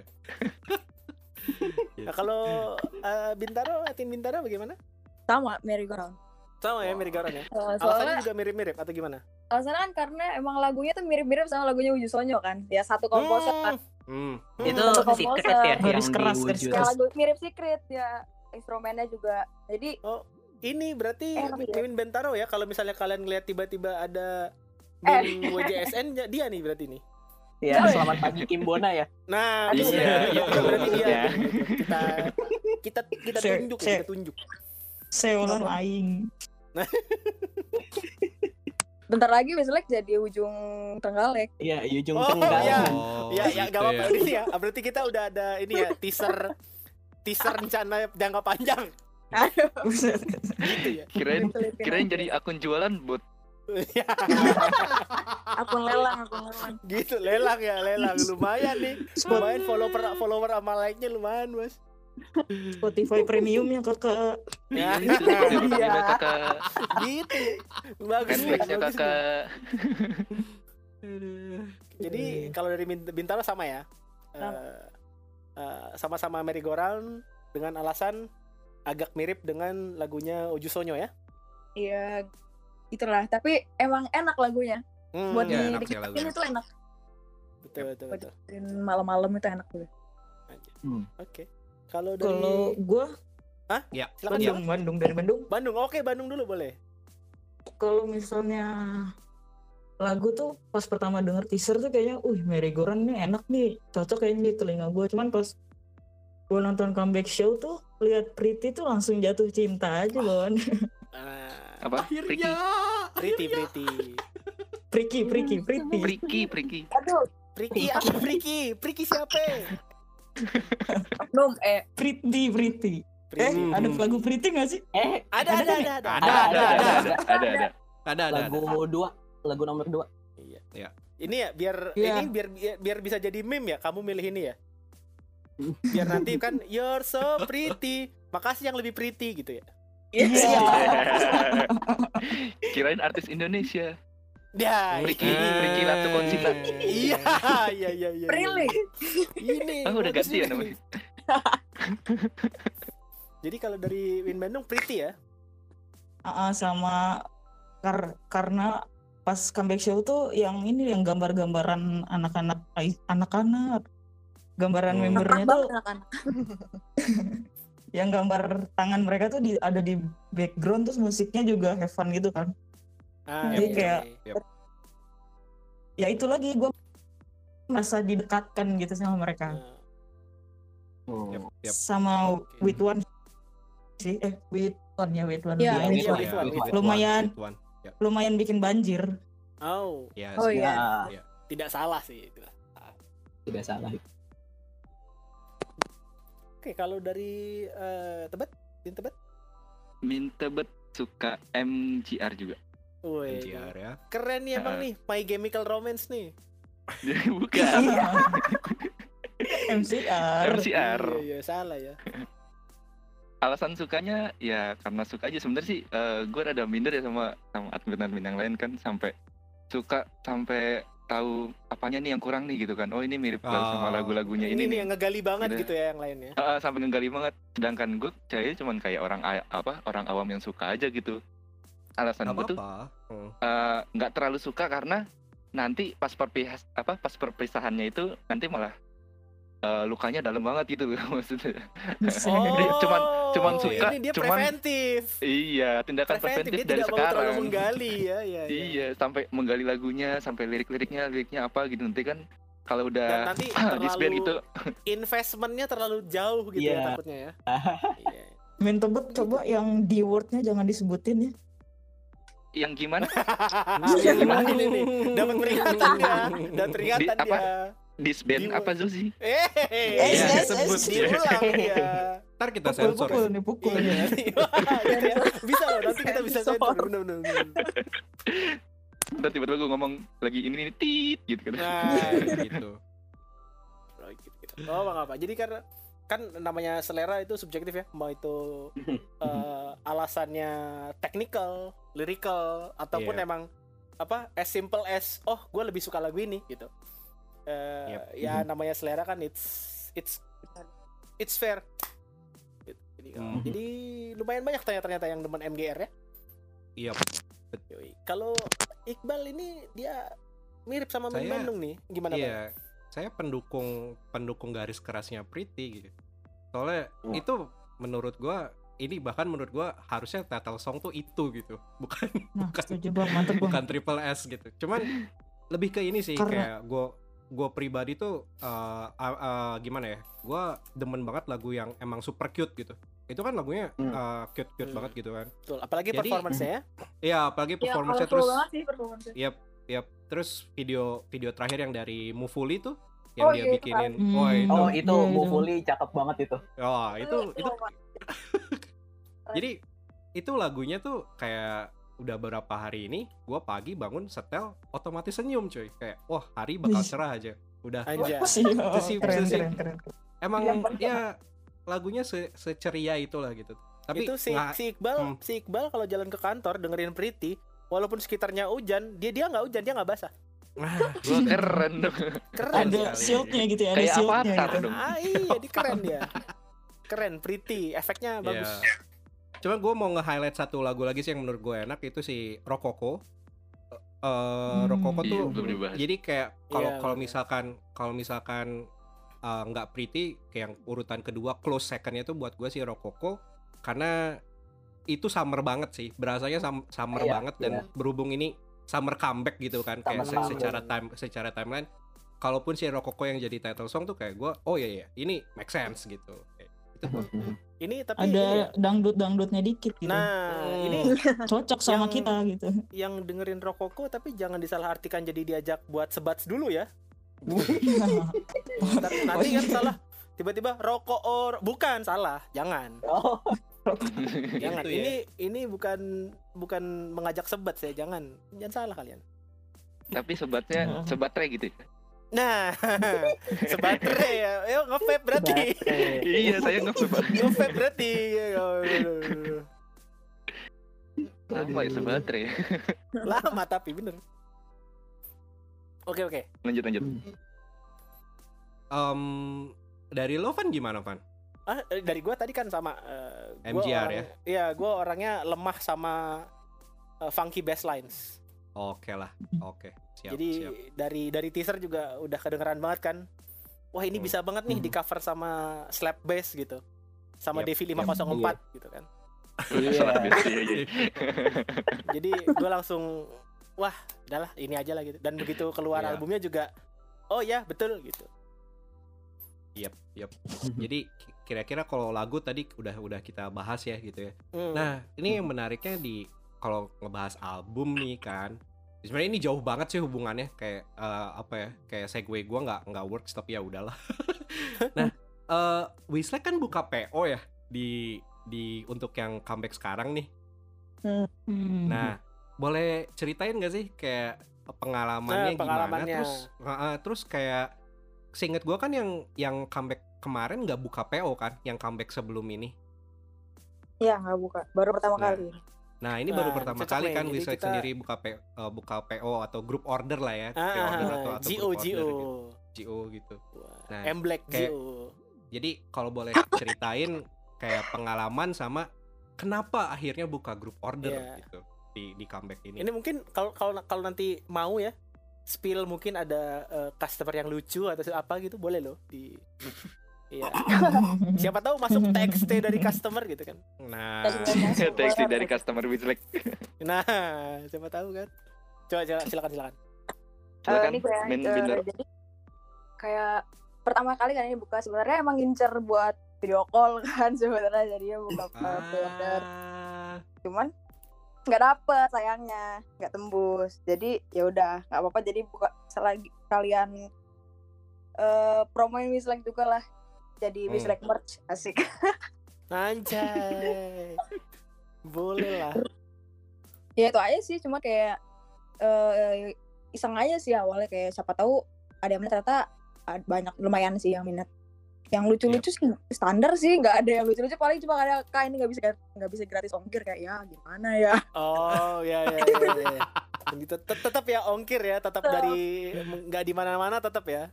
Nah, kalau Tim Bintaro bagaimana? Sama merry-go-round. Sama ya merry-go-round ya. Alasannya Soalnya juga mirip-mirip atau gimana? alasannya kan karena emang lagunya tuh mirip-mirip sama lagunya Uju Sonyo kan. Ya satu komposer kan. Itu Satu secret komposer. ya yang Keras. diwujud. Ya, lagu mirip Secret ya. Instrumennya juga. Jadi Ini berarti Min Bentaro ya, kalau misalnya kalian ngeliat tiba-tiba ada WJSN dia nih berarti nih. Ya, selamat pagi Kimbona ya. Nah, Iya, berarti dia. ya. Kita tunjuk. Seolan aing. bentar lagi Westlake jadi ujung Trenggalek. Iya, ujung Oh, Trenggalek. Ya, enggak apa-apa ini ya. Berarti kita udah ada ini ya, teaser rencana jangka panjang. Aduh. Gitu ya. Kirain jadi akun jualan bot. Akun lelang. Gitu, lelang. Lumayan nih. Lumayan follower sama like-nya lumayan, Bos. Spotify Premium yang Kakak. Ya, Iya, kakak. gitu. Bagus Netflix-nya nih. kakak. Jadi kalau dari Bintaro sama ya. Sama-sama merry-go-round dengan alasan agak mirip dengan lagunya Uju Sonyo ya. Iya, itulah. Tapi emang enak lagunya. Buat enak sih ini tuh enak. Betul. Buat malam-malam itu enak tuh. Oke. Kalau Gua Ya. silakan. Bandung. Oke, Bandung dulu boleh. Kalau misalnya lagu tuh pas pertama denger teaser tuh kayaknya, merry-go-round nih enak nih, cocok kayaknya di telinga gue. Cuman pas gue nonton comeback show tuh lihat Pretty tuh langsung jatuh cinta aja Bon. Apa? Akhirnya. Pretty. Priki. Aduh, Priki apa Priki? Priki siapa? belum Pretty. Ada lagu Pretty nggak sih? Ada. Lagu nomor 2. Iya. Ini ya biar bisa jadi meme ya. Kamu milih ini ya. Biar nanti kan you're so pretty. Makasih yang lebih pretty gitu ya. Iya. Kirain artis Indonesia. Ya, Priki Latukonsina. Iya. Really? Ini. Udah ganti ya namanya. Jadi kalau dari Win Bandung Pretty ya. Sama karena pas comeback show tuh yang ini yang gambar-gambaran anak-anak gambaran membernya tuh yang gambar tangan mereka tuh ada di background, terus musiknya juga have fun gitu kan. Jadi kayak ya itu lagi gue merasa didekatkan gitu sama mereka. Sama With One sih. With One ya, With One. Iya, Dia With One. lumayan bikin banjir. Oh. Yes. Oh iya. Iya. Tidak salah sih. Tidak salah. Oke, kalau dari Tebet, Min Tebet suka MGR juga. Woi, MGR ya. keren nih emang nih, My Chemical Romance nih. Bukan. MCR. Iya, salah ya. Alasan sukanya ya karena suka aja. Sebenarnya sih gue rada minder ya sama admin yang lain kan, sampai tahu apanya nih yang kurang nih gitu kan. Oh, ini mirip sama lagu-lagunya ini nih yang ngegali banget gitu ya yang lainnya. Sampai ngegali banget. Sedangkan gue saya cuman kayak orang awam yang suka aja gitu. Alasan gue tuh nggak terlalu suka karena nanti pas perpisahannya itu nanti malah lukanya dalam banget gitu maksudnya. Cuman suka, ini dia preventif. Iya, tindakan preventif dari dia sekarang. Terlalu menggali ya. Iya, sampai menggali lagunya, sampai liriknya apa gitu nanti kan kalau udah nanti disband gitu. Investmentnya terlalu jauh gitu ya takutnya ya. Iya. Min Tebet coba yang di wordnya jangan disebutin ya. Yang gimana? Yang gimana ini nih? Dapat peringatan ya. Dapat peringatan dia. Disband apa Zuzi? Sebut diulang ya. Ntar kita sensor. Pukul. Bisa loh, nanti kita bisa sensor. Bener. Ntar tiba-tiba gue ngomong lagi ini tit gitu kan. Nah, gitu. Oh, apa? Jadi kan namanya selera itu subjektif ya. Mau itu alasannya technical, lyrical, ataupun emang as simple as gue lebih suka lagu ini gitu. Ya namanya selera kan it's fair. Jadi lumayan banyak ternyata yang demen MGR ya. Iya. Kalau Iqbal ini dia mirip sama Min Bandung nih. Gimana Bang? Saya pendukung garis kerasnya Pretty gitu. Soalnya itu menurut gua harusnya title song tuh itu gitu. Bukan Triple S gitu. Cuman lebih ke ini sih kayak gue pribadi tuh gimana ya, gue demen banget lagu yang emang super cute gitu. Itu kan lagunya cute banget gitu kan. Betul, apalagi performance-nya ya. Iya, apalagi performance-nya terus. Iya, terus video terakhir yang dari Mufuli tuh yang dia bikinin. Itu Mufuli cakep banget itu. Itu jadi itu lagunya tuh kayak udah beberapa hari ini gue pagi bangun setel otomatis senyum cuy, kayak wah hari bakal cerah aja udah. Keren. Emang ya lagunya seceria itulah gitu. Tapi itu si Iqbal kalau jalan ke kantor dengerin Pretty walaupun sekitarnya hujan, dia nggak hujan, dia nggak basah. Keren dong. Ada shieldnya gitu ya, ada kayak shieldnya gitu. Iya, dia keren dia. Keren, Pretty, efeknya bagus. Cuma gue mau nge-highlight satu lagu lagi sih yang menurut gue enak, itu si Rococo. Rococo tuh jadi kayak kalau misalkan nggak Pretty, kayak yang urutan kedua close secondnya tuh buat gue si Rococo, karena itu summer banget sih, berasanya summer banget dan berhubung ini summer comeback gitu kan, kayak secara timeline, kalaupun si Rococo yang jadi title song tuh kayak gue ini make sense gitu. Itu ini tapi ada dangdut-dangdutnya dikit gitu. Nah, ini cocok sama kita gitu. Yang dengerin Rococo tapi jangan disalahartikan jadi diajak buat sebats dulu ya. Nanti kan salah. Tiba-tiba rokok bukan salah, jangan. Jangan. Gitu ini bukan mengajak sebat saya, jangan salah kalian. Tapi sebatnya sebat re gitu. Nah, sebatre ya. Ayo nge-vape berarti. Iya, saya nge-vape berarti. Lama ya sebatre. Lama tapi bener. Oke. Lanjut. Dari lo Van gimana Van? Dari gue tadi kan sama MGR ya? Iya, gue orangnya lemah sama funky basslines. Oke lah, oke. Siap. Dari teaser juga udah kedengeran banget kan. Wah, ini bisa banget nih di cover sama slap bass gitu. Sama Devi 504 gitu kan. Jadi gue langsung wah, udahlah ini aja lah gitu. Dan begitu keluar albumnya juga oh ya, betul gitu. Yep. Jadi kira-kira kalau lagu tadi udah kita bahas ya gitu ya. Nah, ini yang menariknya kalau ngebahas album nih kan. Sebenarnya ini jauh banget sih hubungannya, kayak kayak segue gue nggak works, tapi ya udahlah. Nah, Wizlag kan buka PO ya di untuk yang comeback sekarang nih. Nah, boleh ceritain nggak sih kayak pengalamannya gimana? Terus kayak seinget gue kan yang comeback kemarin nggak buka PO kan, yang comeback sebelum ini? Iya, nggak buka, baru pertama kali. Nah, ini baru pertama kali kan Wizlag sendiri buka PO atau group order lah ya, pre-order atau GO gitu. Nah, M-Black GO. Jadi kalau boleh ceritain kayak pengalaman sama kenapa akhirnya buka group order gitu di comeback ini. Ini mungkin kalau nanti mau ya, spill mungkin ada customer yang lucu atau apa gitu, boleh loh di iya. Siapa tahu masuk TXT dari customer gitu kan. Nah, TXT dari customer Wizlag. Nah, siapa tahu kan. Coba silakan. Ini jadi kayak pertama kali kan ini buka, sebenarnya emang ngincer buat video call kan sebenarnya, jadinya buka order. Cuman nggak dapet, sayangnya nggak tembus. Jadi ya udah nggak apa-apa, jadi buka selagi kalian promoin Wizlag juga lah. Jadi Wizlag merch, asik. Anjay. Boleh lah. Ya itu aja sih, cuma kayak iseng aja sih awalnya, kayak siapa tahu ada yang minat, ternyata banyak, lumayan sih yang minat. Yang lucu-lucu sih standar sih, nggak ada yang lucu-lucu, paling cuma ada ini nggak bisa gratis ongkir, kayak ya gimana ya. Oh ya. Tetap ya ongkir ya, tetap dari nggak di mana-mana tetap ya.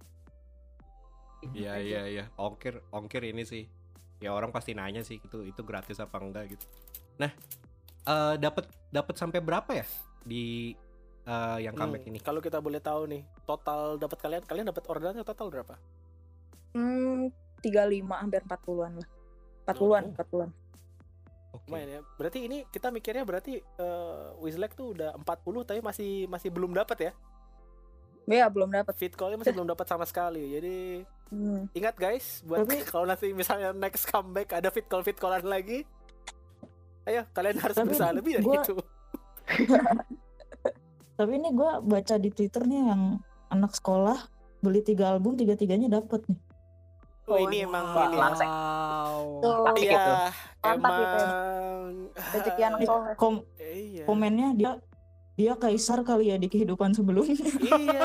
Iya. Ongkir ini sih. Ya orang pasti nanya sih itu gratis apa enggak gitu. Nah, dapat sampai berapa ya di yang comeback ini? Kalau kita boleh tahu nih, total dapat kalian dapat orderannya total berapa? 35 hampir 40-an lah. 40-an. Okay. Lumayan ya. Berarti ini kita mikirnya berarti Wizlag tuh udah 40 tapi masih belum dapat ya? Iya, belum dapat. Fit call-nya masih belum dapat sama sekali. Jadi ingat guys, buat kalau nanti misalnya next comeback ada fit callan lagi, ayo kalian harus berusaha lebih dari itu. Tapi ini gue baca di Twitter nih, yang anak sekolah beli 3 album, 3-3-nya dapet nih. Oh, ini emang langsung. Iya, mantap gitu ya. Rezeki anak sekolah. Komennya dia kaisar kali ya di kehidupan sebelumnya. Iya.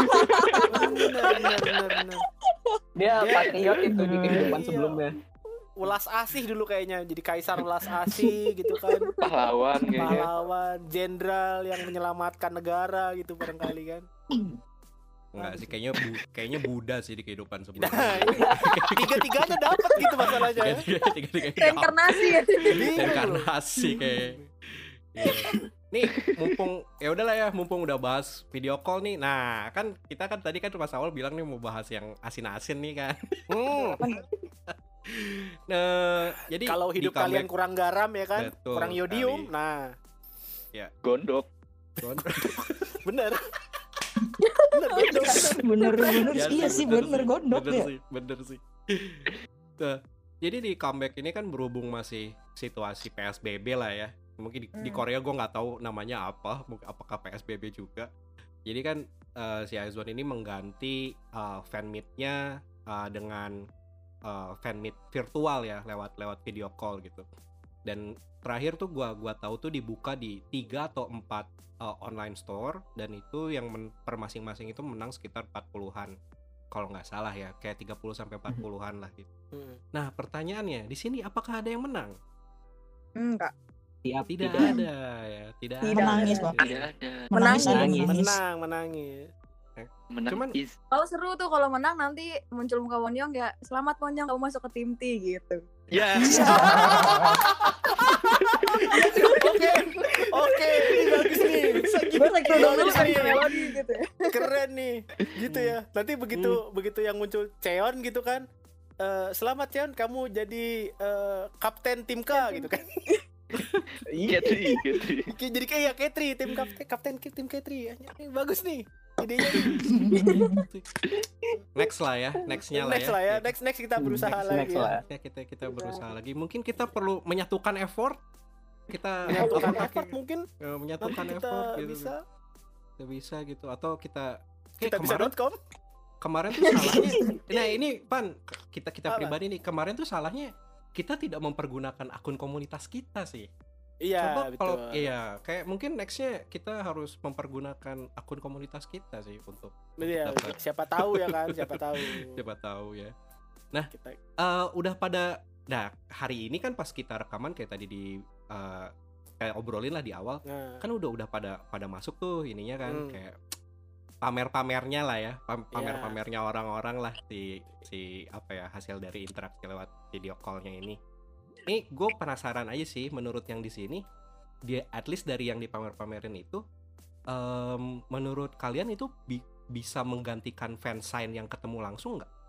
Benar. Dia patriot itu di kehidupan sebelumnya. Ulas Asih dulu kayaknya, jadi kaisar Ulas Asih gitu kan. Pahlawan jenderal yang menyelamatkan negara gitu barangkali kan. Enggak sih, kayaknya Buddha sih di kehidupan sebelumnya. Tiga-tiganya dapat gitu masalahnya. Reinkarnasi kayak. Nih, mumpung udah bahas video call nih. Nah, kan kita tadi kan pas awal bilang nih mau bahas yang asin-asin nih kan. Nah, jadi kalau hidup kalian kurang garam ya kan, betul, kurang yodium. Kali. Nah, ya gondok. Bener. Iya sih, bener gondok ya. Bener sih. Nah, jadi di comeback ini kan berhubung masih situasi PSBB lah ya. Mungkin di Korea gue nggak tahu namanya apakah PSBB juga. Jadi kan si IZ*ONE ini mengganti fanmeet-nya dengan fanmeet virtual ya, lewat video call gitu. Dan terakhir tuh gua tahu tuh dibuka di 3 atau 4 online store, dan itu yang per masing-masing itu menang sekitar 40-an kalau nggak salah ya, kayak 30 sampai 40-an lah gitu. Nah, pertanyaannya di sini apakah ada yang menang? Enggak. Tidak ada ya, tidak ada. Menangis, Bang. Menangis. Cuman kalau seru tuh kalau menang, nanti muncul muka Wonyong ya, selamat Wonyong kamu masuk ke tim T gitu. Ya. Oke, ini bagus nih. Gue lagi melodi gitu ya. Keren nih, gitu ya. Nanti begitu yang muncul Cheon gitu kan, selamat Cheon, kamu jadi kapten tim K gitu kan. Iya, gitu. Jadi kayak Katri, tim kapten tim Katri. Ini bagus nih. idenya. Next lah ya, next kita berusaha lagi. Kita berusaha lagi. Mungkin kita perlu menyatukan effort. Mungkin menyatukan effort gitu. Bisa gitu, atau kita bisa.com. Kemarin tuh salahnya. Nah, ini Pan, kita pribadi nih, kemarin tuh salahnya kita tidak mempergunakan akun komunitas kita sih. Iya, coba betul. Kalau kayak mungkin nextnya kita harus mempergunakan akun komunitas kita sih untuk siapa tahu ya kan, siapa tahu ya. Nah, udah pada hari ini kan pas kita rekaman kayak tadi kayak obrolin lah di awal, kan udah pada masuk tuh ininya kan, kayak pamer-pamernya lah ya, pamer-pamernya orang-orang lah si apa ya, hasil dari interaksi lewat video call-nya ini. Ini gue penasaran aja sih, menurut yang di sini, dia at least dari yang dipamer-pamerin itu, menurut kalian itu bisa menggantikan fansign yang ketemu langsung nggak?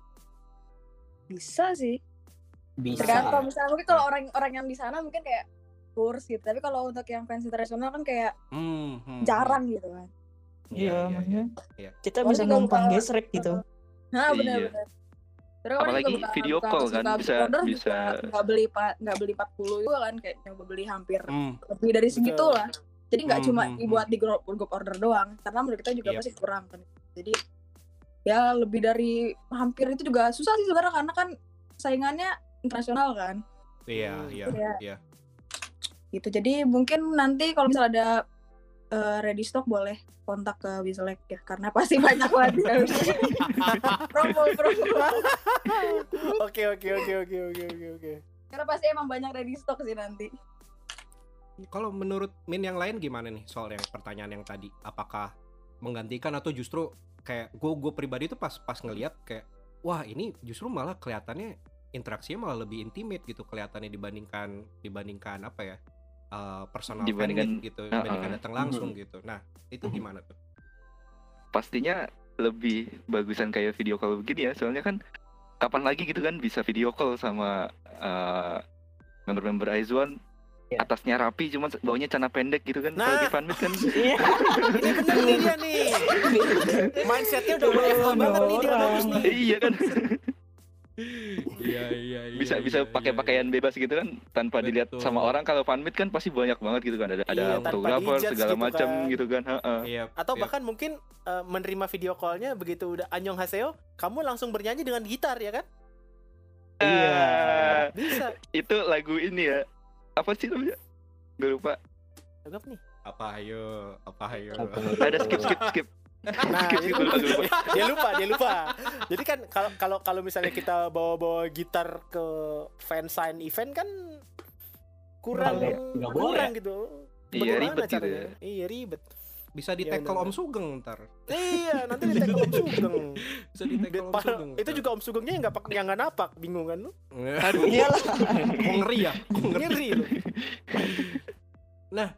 Bisa sih. Bisa. Tergantung, misalnya mungkin kalau orang yang di sana mungkin kayak kurs gitu, tapi kalau untuk yang fans internasional kan kayak jarang gitu kan. Iya, maksudnya kita bisa numpang gesrek gitu. Nah, benar. Terus apalagi video call kan bisa nggak beli 40 juga kan, kayak nyoba beli hampir lebih dari segitu lah. Jadi nggak cuma dibuat di grup order doang, karena menurut kita juga masih kurang kan. Jadi ya lebih dari hampir itu juga susah sih sebenarnya, karena kan saingannya internasional kan. Iya. Gitu. Jadi mungkin nanti kalau misalnya ada ready stock boleh kontak ke Wizlek ya, karena pasti banyak banget. promo. Oke. Karena pasti emang banyak ready stock sih nanti. Kalau menurut Min yang lain gimana nih soal yang pertanyaan yang tadi? Apakah menggantikan atau justru kayak gue pribadi tuh pas ngelihat kayak wah ini justru malah kelihatannya interaksinya malah lebih intimate gitu kelihatannya dibandingkan apa ya? Personal dibandingkan gitu, dibandingkan datang langsung gitu. Nah, itu gimana tuh? Pastinya lebih bagusan kayak video call begini ya, soalnya kan kapan lagi gitu kan bisa video call sama member-member IZ*ONE, atasnya rapi cuma bawahnya celana pendek gitu kan. Kalau di fanmeet kan ini bener nih dia nih. Mindsetnya udah WFH banget nih dia, bagus nih. Iya kan. Iya. Bisa pakai pakaian bebas gitu kan tanpa dilihat sama orang. Kalau fanmeet kan pasti banyak banget gitu kan, ada fotografer segala gitu macam kan. gitu kan. Atau bahkan mungkin menerima video call-nya begitu udah annyeonghaseyo, kamu langsung bernyanyi dengan gitar ya kan? Iya. Bisa. Itu lagu ini ya. Apa sih namanya? Gue lupa. Anggap nih. Apa ayo. Ada skip. Nah, dia lupa. Jadi kan kalau misalnya kita bawa gitar ke fansign event kan kurang gitu. Iya, ribet gitu. Iya, ribet. Bisa di-tackle Om Sugeng ntar. Iya, nanti di-tackle Om Sugeng. Bisa di-tackle Om Sugeng. Itu juga Om Sugengnya yang nggak napak, bingung kan lu? Aduh, iyalah. Ngeri. Nah,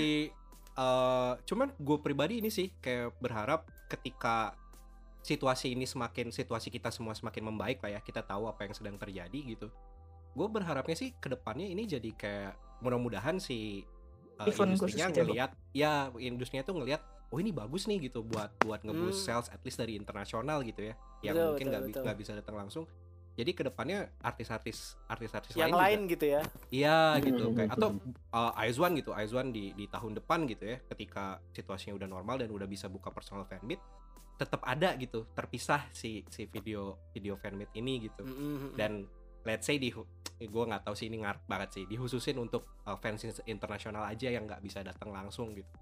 cuman gue pribadi ini sih kayak berharap ketika situasi kita semua semakin membaik lah ya, kita tahu apa yang sedang terjadi gitu. Gue berharapnya sih kedepannya ini jadi kayak mudah-mudahan si industrinya industrinya tuh ngelihat oh ini bagus nih gitu buat nge-boost sales at least dari internasional gitu ya, yang mungkin nggak bisa datang langsung. Jadi kedepannya artis-artis yang lain juga, gitu ya. Iya gitu kayak atau IZ*ONE gitu, IZ*ONE di tahun depan gitu ya, ketika situasinya udah normal dan udah bisa buka personal fanmeet, tetap ada gitu terpisah si video fanmeet ini gitu. Dan let's say gue nggak tahu sih ini ngarep banget sih, dihususin untuk fans internasional aja yang nggak bisa datang langsung gitu.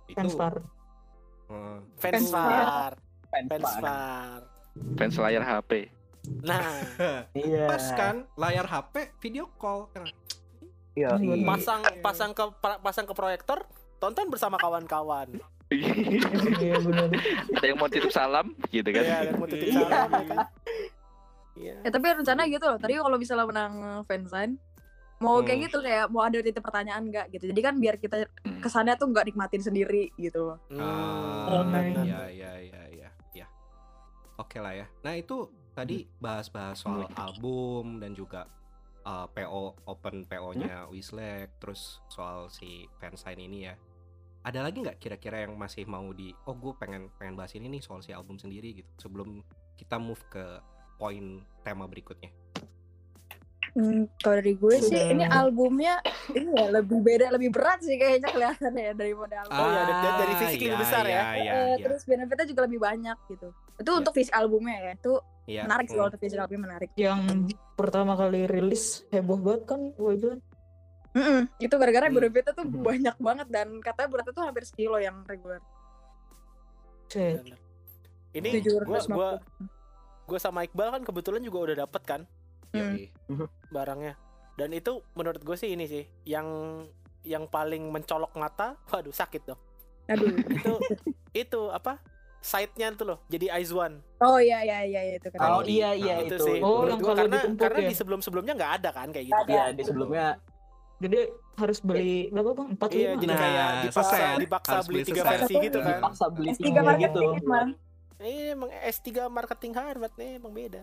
Fans layar HP. Nah, pas kan layar HP video call kan. Iya. Pasang ke proyektor, tonton bersama kawan-kawan. Iya benar. Ada yang mau titip salam gitu kan. Iya, ada yang mau titip salam ya kan. Iya. Tapi rencana gitu loh. Tadi kalau misalnya menang fansign, mau kayak gitu, kayak mau ada titip pertanyaan enggak gitu. Jadi kan biar kita kesannya tuh enggak nikmatin sendiri gitu loh. Iya. Oke lah ya. Nah, itu tadi bahas-bahas soal album dan juga open PO-nya Wizlek, terus soal si fansign ini ya. ada lagi nggak kira-kira yang masih mau gue pengen bahas ini nih soal si album sendiri gitu sebelum kita move ke poin tema berikutnya. Kalau dari gue sih ini albumnya ini ya lebih berat sih kayaknya kelihatannya ya daripada album. Oh ya, dari fisik lebih besar ya. Terus benefitnya juga lebih banyak gitu. Itu untuk fisik albumnya ya. Itu menarik sih kalau untuk fisik albumnya menarik. Yang pertama kali rilis heboh banget kan gue bilang. Itu gara-gara benefitnya tuh banyak banget dan katanya beratnya tuh hampir sekilo yang reguler. Ini gue sama Iqbal kan kebetulan juga udah dapet kan barangnya, dan itu menurut gue sih ini sih yang paling mencolok mata. Waduh, sakit dong. Aduh. itu apa side-nya tuh loh, jadi IZ*ONE. Oh iya itu kan. Oh iya itu sih. Oh, yang gua, karena ya? di sebelumnya nggak ada kan kayak gitu. Iya, di sebelumnya. Jadi harus beli berapa Bang? 45. Iya, jadi kayak dipaksa beli 3 versi gitu kan. Dipaksa beli S3 3 gitu. Emang Emang S3 marketing Harvard nih emang beda.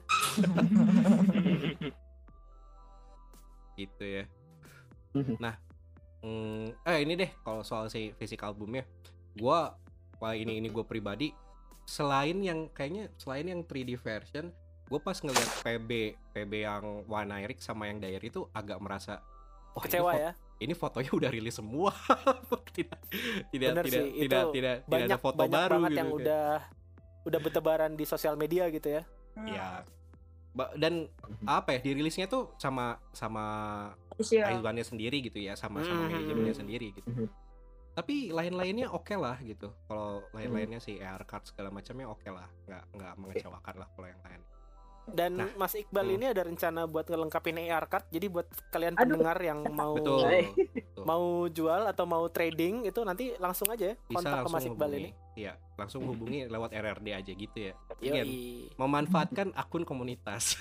Gitu ya. Nah, ini deh kalau soal si fisik albumnya, ini gue pribadi selain yang 3D version, gue pas ngeliat PB yang One Eric sama yang Diary itu agak merasa kecewa ya. Ini fotonya udah rilis semua. tidak banyak, ada foto baru banget gitu, yang udah bertebaran di sosial media gitu ya. Ya. Dan apa ya, dirilisnya tuh sama IZ*ONE-nya sendiri gitu ya, sama manajemennya sendiri gitu. Tapi lain-lainnya oke lah gitu. Kalau lain-lainnya sih AR card segala macamnya oke lah, nggak mengecewakan lah kalau yang lain. Dan Mas Iqbal ini ada rencana buat ngelengkapin AR card. Jadi buat kalian pendengar yang mau jual atau mau trading itu nanti langsung aja kontak ke Mas Iqbal ini. Iya, langsung hubungi lewat RRD aja gitu ya. Ingin memanfaatkan akun komunitas.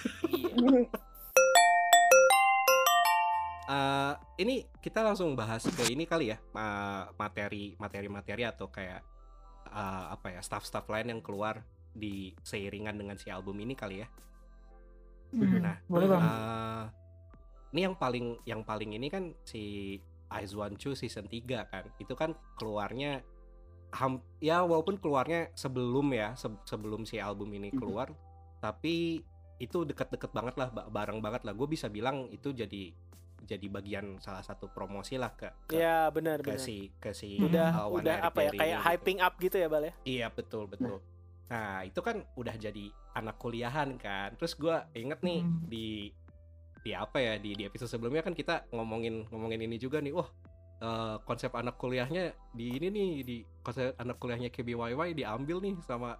Ini kita langsung bahas ke ini kali ya, materi atau kayak staff lain yang keluar di seiringan dengan si album ini kali ya. Nah, ini yang paling ini kan si IZ*ONE Chu season 3 kan. Itu kan keluarnya walaupun keluarnya sebelum si album ini keluar, tapi itu deket-deket banget lah, bareng banget lah. Gue bisa bilang itu jadi bagian salah satu promosi lah ke benar. Si udah apa ya, kayak gitu. Hyping up gitu ya, Bal ya. Iya, betul. Nah, itu kan udah jadi anak kuliahan kan. Terus gue inget nih di episode sebelumnya kan kita ngomongin ini juga nih. Konsep anak kuliahnya di konsep anak kuliahnya KBYY diambil nih sama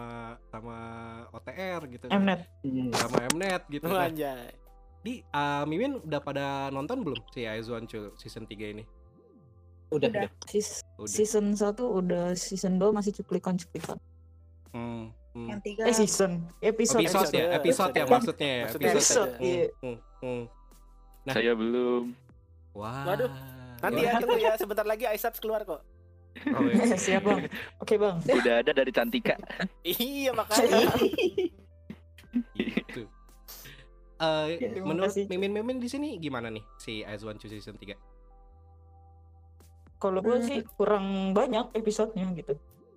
OTR gitu. Mnet. Sama Mnet gitu. Anjay. Mimin udah pada nonton belum si IZ*ONE Chu season 3 ini? Udah. Season 1 udah, season 2 masih cuplikan. Yang 3 episode ya maksudnya ya. Episode. Nah, saya belum. Wah. Waduh. Nanti ya, tunggu ya, sebentar lagi iSubs keluar kok. Oh, iya. Siap Bang. Oke Bang. Udah ada dari Cantika. Iya makanya. Gitu. Menurut Mimin di sini gimana nih si IZ*ONE Chu season 3? Kalau gue sih kurang banyak episodenya gitu.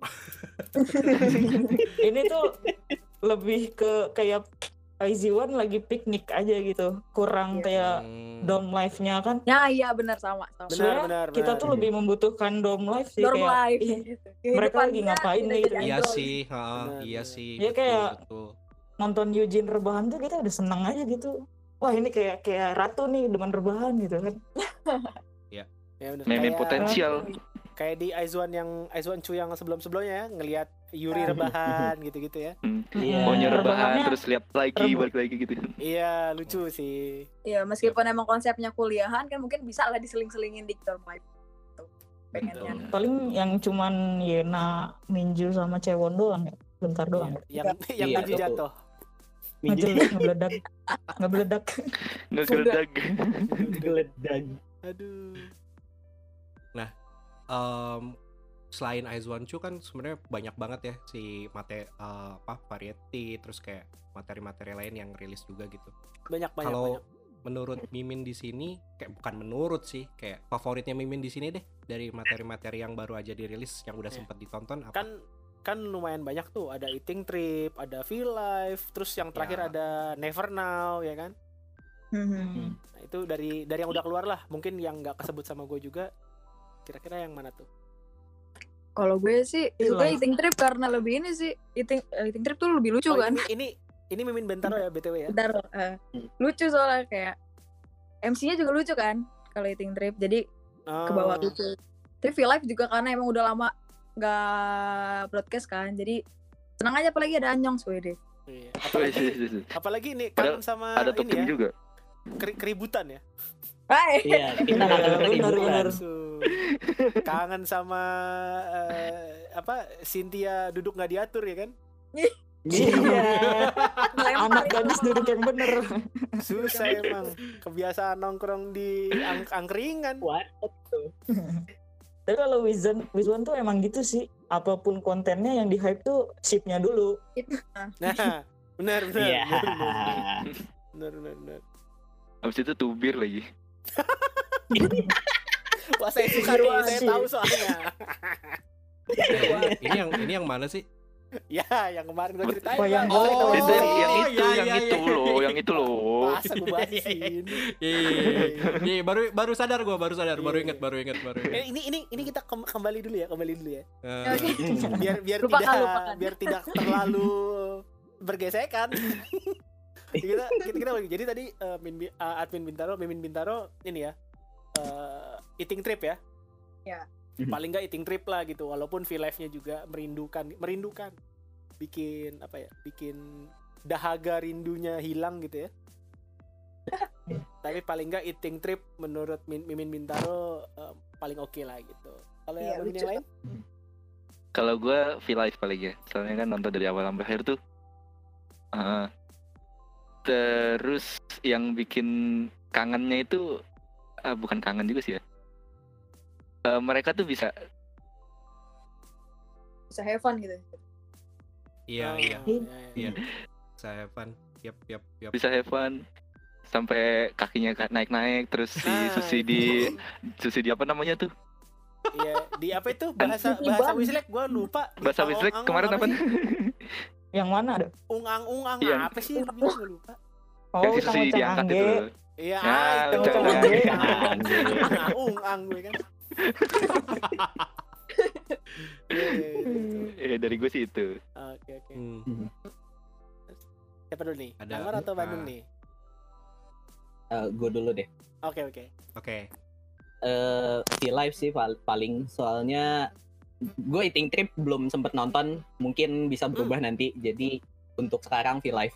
Ini tuh lebih ke kayak IZ*ONE lagi piknik aja gitu, kurang kayak dorm life-nya kan. Ya iya benar sama. Benar. Kita tuh lebih membutuhkan dorm life sih, dorm kayak life. Mereka lagi ngapain nih gitu. Iya sih. Ya kayak nonton Eugene rebahan tuh kita udah seneng aja gitu. Wah ini kayak ratu nih dengan rebahan gitu kan. Ya udah. Meme potensial. Kayak di IZ*ONE Chu yang sebelumnya ya, ngelihat Yuri rebahan gitu-gitu ya. Maunya rebahan terus lihat lagi balik lagi gitu. Iya, lucu sih. Iya, meskipun emang konsepnya kuliahan kan mungkin bisa lah diseling-selingin di dorm life. Pengennya. Paling yang cuman Yena, Minju sama Cewon doang ya. Bentar doang. Yang Minju jatuh. Ngeledak. Aduh. Nah, selain IZ*ONE Chu kan sebenarnya banyak banget ya si variety, terus kayak materi-materi lain yang rilis juga gitu. Banyak. menurut Mimin di sini kayak bukan menurut sih, kayak favoritnya Mimin di sini deh dari materi-materi yang baru aja dirilis yang udah sempat ditonton apa? Kan lumayan banyak tuh, ada Eating Trip, ada V-Live, terus yang terakhir ada Never Now ya kan. Nah, itu dari yang udah keluar lah, mungkin yang nggak kesebut sama gue juga, kira-kira yang mana tuh? Kalau gue sih suka Eating Trip karena lebih ini sih, Eating Trip tuh lebih lucu kan. Ini Mimin Bentaro ya BTW ya. Bentar, lucu soalnya kayak MC-nya juga lucu kan kalau Eating Trip, jadi ke bawah lucu. Tapi V-Live juga karena emang udah lama nggak broadcast kan, jadi senang aja apalagi ada Anyong deh. Iya. Apalagi ini kangen sama ada ini ya. juga. Keributan ya. Iya, kita benar. Kangen sama Cynthia duduk nggak diatur ya kan? Iya. Anak gadis duduk yang bener. Susah emang. Kebiasaan nongkrong di angkringan. What tuh? Tapi kalau Wizone tuh emang gitu sih. Apapun kontennya yang di hype tuh ship-nya dulu. Nah, benar. Iya. Benar. Habis itu tubir lagi. Wah, saya suka nih, saya tahu soalnya. Ini yang mana sih? Ya, yang kemarin gue ceritain. Yang itu loh. Masa gue bahas di sini. Iya, baru sadar gue, baru ingat. Ini kita kembali dulu ya. Biar Lupakan. tidak terlalu bergesekan. kita bagi. Jadi tadi admin Mimin Bintaro ini ya. Eating Trip ya. Ya. Paling nggak Eating Trip lah gitu, walaupun V-Live-nya juga merindukan, bikin dahaga rindunya hilang gitu ya. Tapi paling nggak Eating Trip menurut Mimin Bintaro paling oke lah gitu. Kalau yang lain? Kalau gue V-Live paling ya, soalnya kan nonton dari awal sampai akhir tuh. Terus yang bikin kangennya itu bukan kangen juga sih ya. Mereka tuh bisa have fun gitu. Iya. Bisa have fun. Yap. Bisa have fun sampai kakinya naik terus Susi di apa namanya tuh? Iya, di apa itu bahasa Wishlek gue lupa. Bahasa Wishlek kemarin apa? Yang mana ada? Ungang apa sih? Gue lupa. Yang Susi diangkat itu. Iya, itu. Ungang gue kan. Dari gue sih itu. Oke. Siapa dulu nih? Anwar atau Bandung nih? Gue dulu deh. Oke. V-Live sih paling, soalnya gue Eating Trip belum sempet nonton, mungkin bisa berubah nanti. Jadi untuk sekarang V-Live.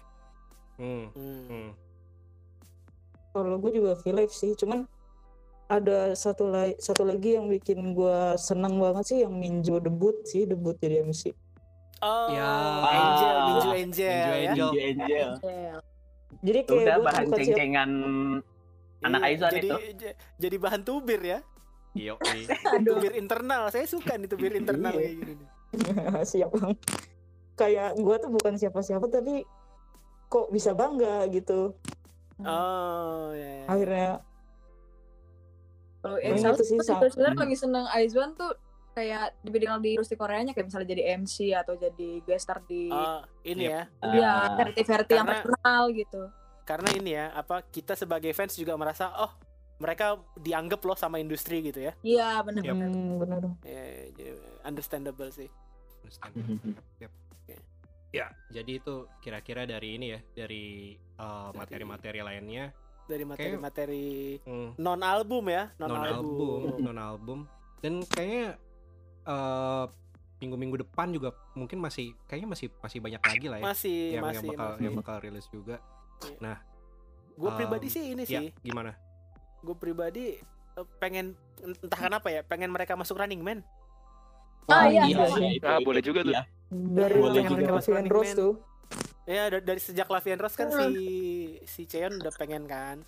Kalau gue juga V-Live sih, cuman ada satu lagi yang bikin gue senang banget sih, yang Minjo debut jadi MC. Oh ya, Angel. Jadi kayak udah bahan ceng-cengan anak Aizwan itu. Jadi bahan tubir ya. Iya. Tubir internal, saya suka nih tubir internal kayak gini. Siap bang. Kayak gue tuh bukan siapa-siapa tapi kok bisa bangga gitu. Oh ya. Akhirnya. Kalau sebenarnya lagi seneng Aizwan tuh kayak dibilang di Rusti Koreanya, kayak misalnya jadi MC atau jadi guest star di ini ya. Iya, verti yang terkenal gitu. Karena ini ya, kita sebagai fans juga merasa mereka dianggap loh sama industri gitu ya. Iya, benar. Ya, understandable sih. Ya, jadi itu kira-kira dari ini ya, dari materi-materi lainnya. Dari materi-materi non album ya, non album. Dan kayaknya minggu-minggu depan juga mungkin masih banyak lagi lah ya. Yang bakal rilis juga. Nah, gue pribadi sih ini sih. Gimana? Gue pribadi pengen, entah kenapa ya, pengen mereka masuk Running Man. Iya. Boleh juga tuh. Dari Lavian Rose tuh. Ya dari sejak Lavian Rose kan si Cheon udah pengen kan.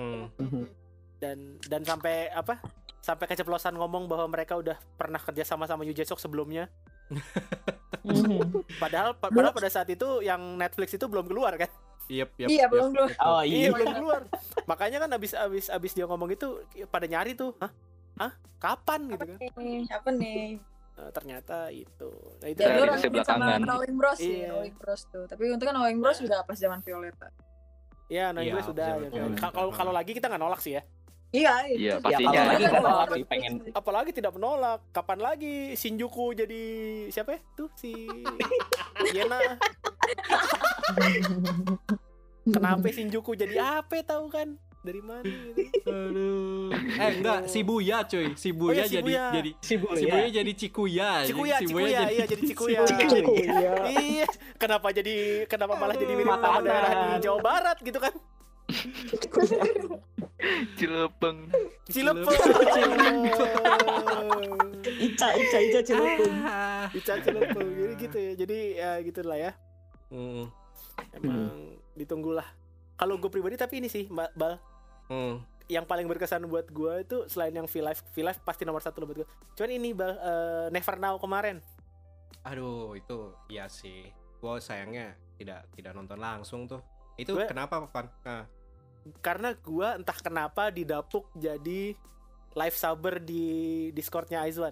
Dan sampai keceplosan ngomong bahwa mereka udah pernah kerja sama Yu Jae-seok sebelumnya. Padahal pada saat itu yang Netflix itu belum keluar kan. Iya, belum keluar. Oh iya. belum keluar. Makanya kan abis dia ngomong itu pada nyari tuh, hah? Kapan gitu kan? Apa nih? Ternyata itu. Nah, itu Dari Ya, sisi belakangan. Knowing Bros sih, Iya. Knowing Bros tuh. Tapi untuk kan Knowing Bros juga pas zaman Violeta. Ya, nah gue sudah. Kalau lagi kita nggak nolak sih ya. Iya, Iya, Ya pastinya. kalau lagi nggak nolak sih, pengen. Apalagi tidak menolak. Kapan lagi Shinjuku jadi siapa ya? Tuh si Yena. Kenapa Shinjuku jadi apa tahu kan? Dari mana gitu. Aduh. Enggak, Shibuya cuy. Shibuya Shibuya. jadi Shibuya jadi Cikuya. Cikuya, iya jadi Cikuya. Iya, kenapa malah jadi mirip Mata nama daerah di anak. Jawa Barat gitu kan? Cilepeng. Cilepeng. Ica Cilepeng. Ica Cilepeng. Jadi gitu ya. Jadi ya gitulah ya. Emang ditunggulah. Kalau gue pribadi tapi ini sih Mbak Bal. Yang paling berkesan buat gue itu selain yang V-Live pasti nomor 1 loh buat gue. Cuman ini Bal, Never Now kemarin. Aduh, itu iya sih. Gue sayangnya tidak nonton langsung tuh. Itu kenapa, Pan? Karena gue entah kenapa didapuk jadi live saber di Discord-nya Aizwan.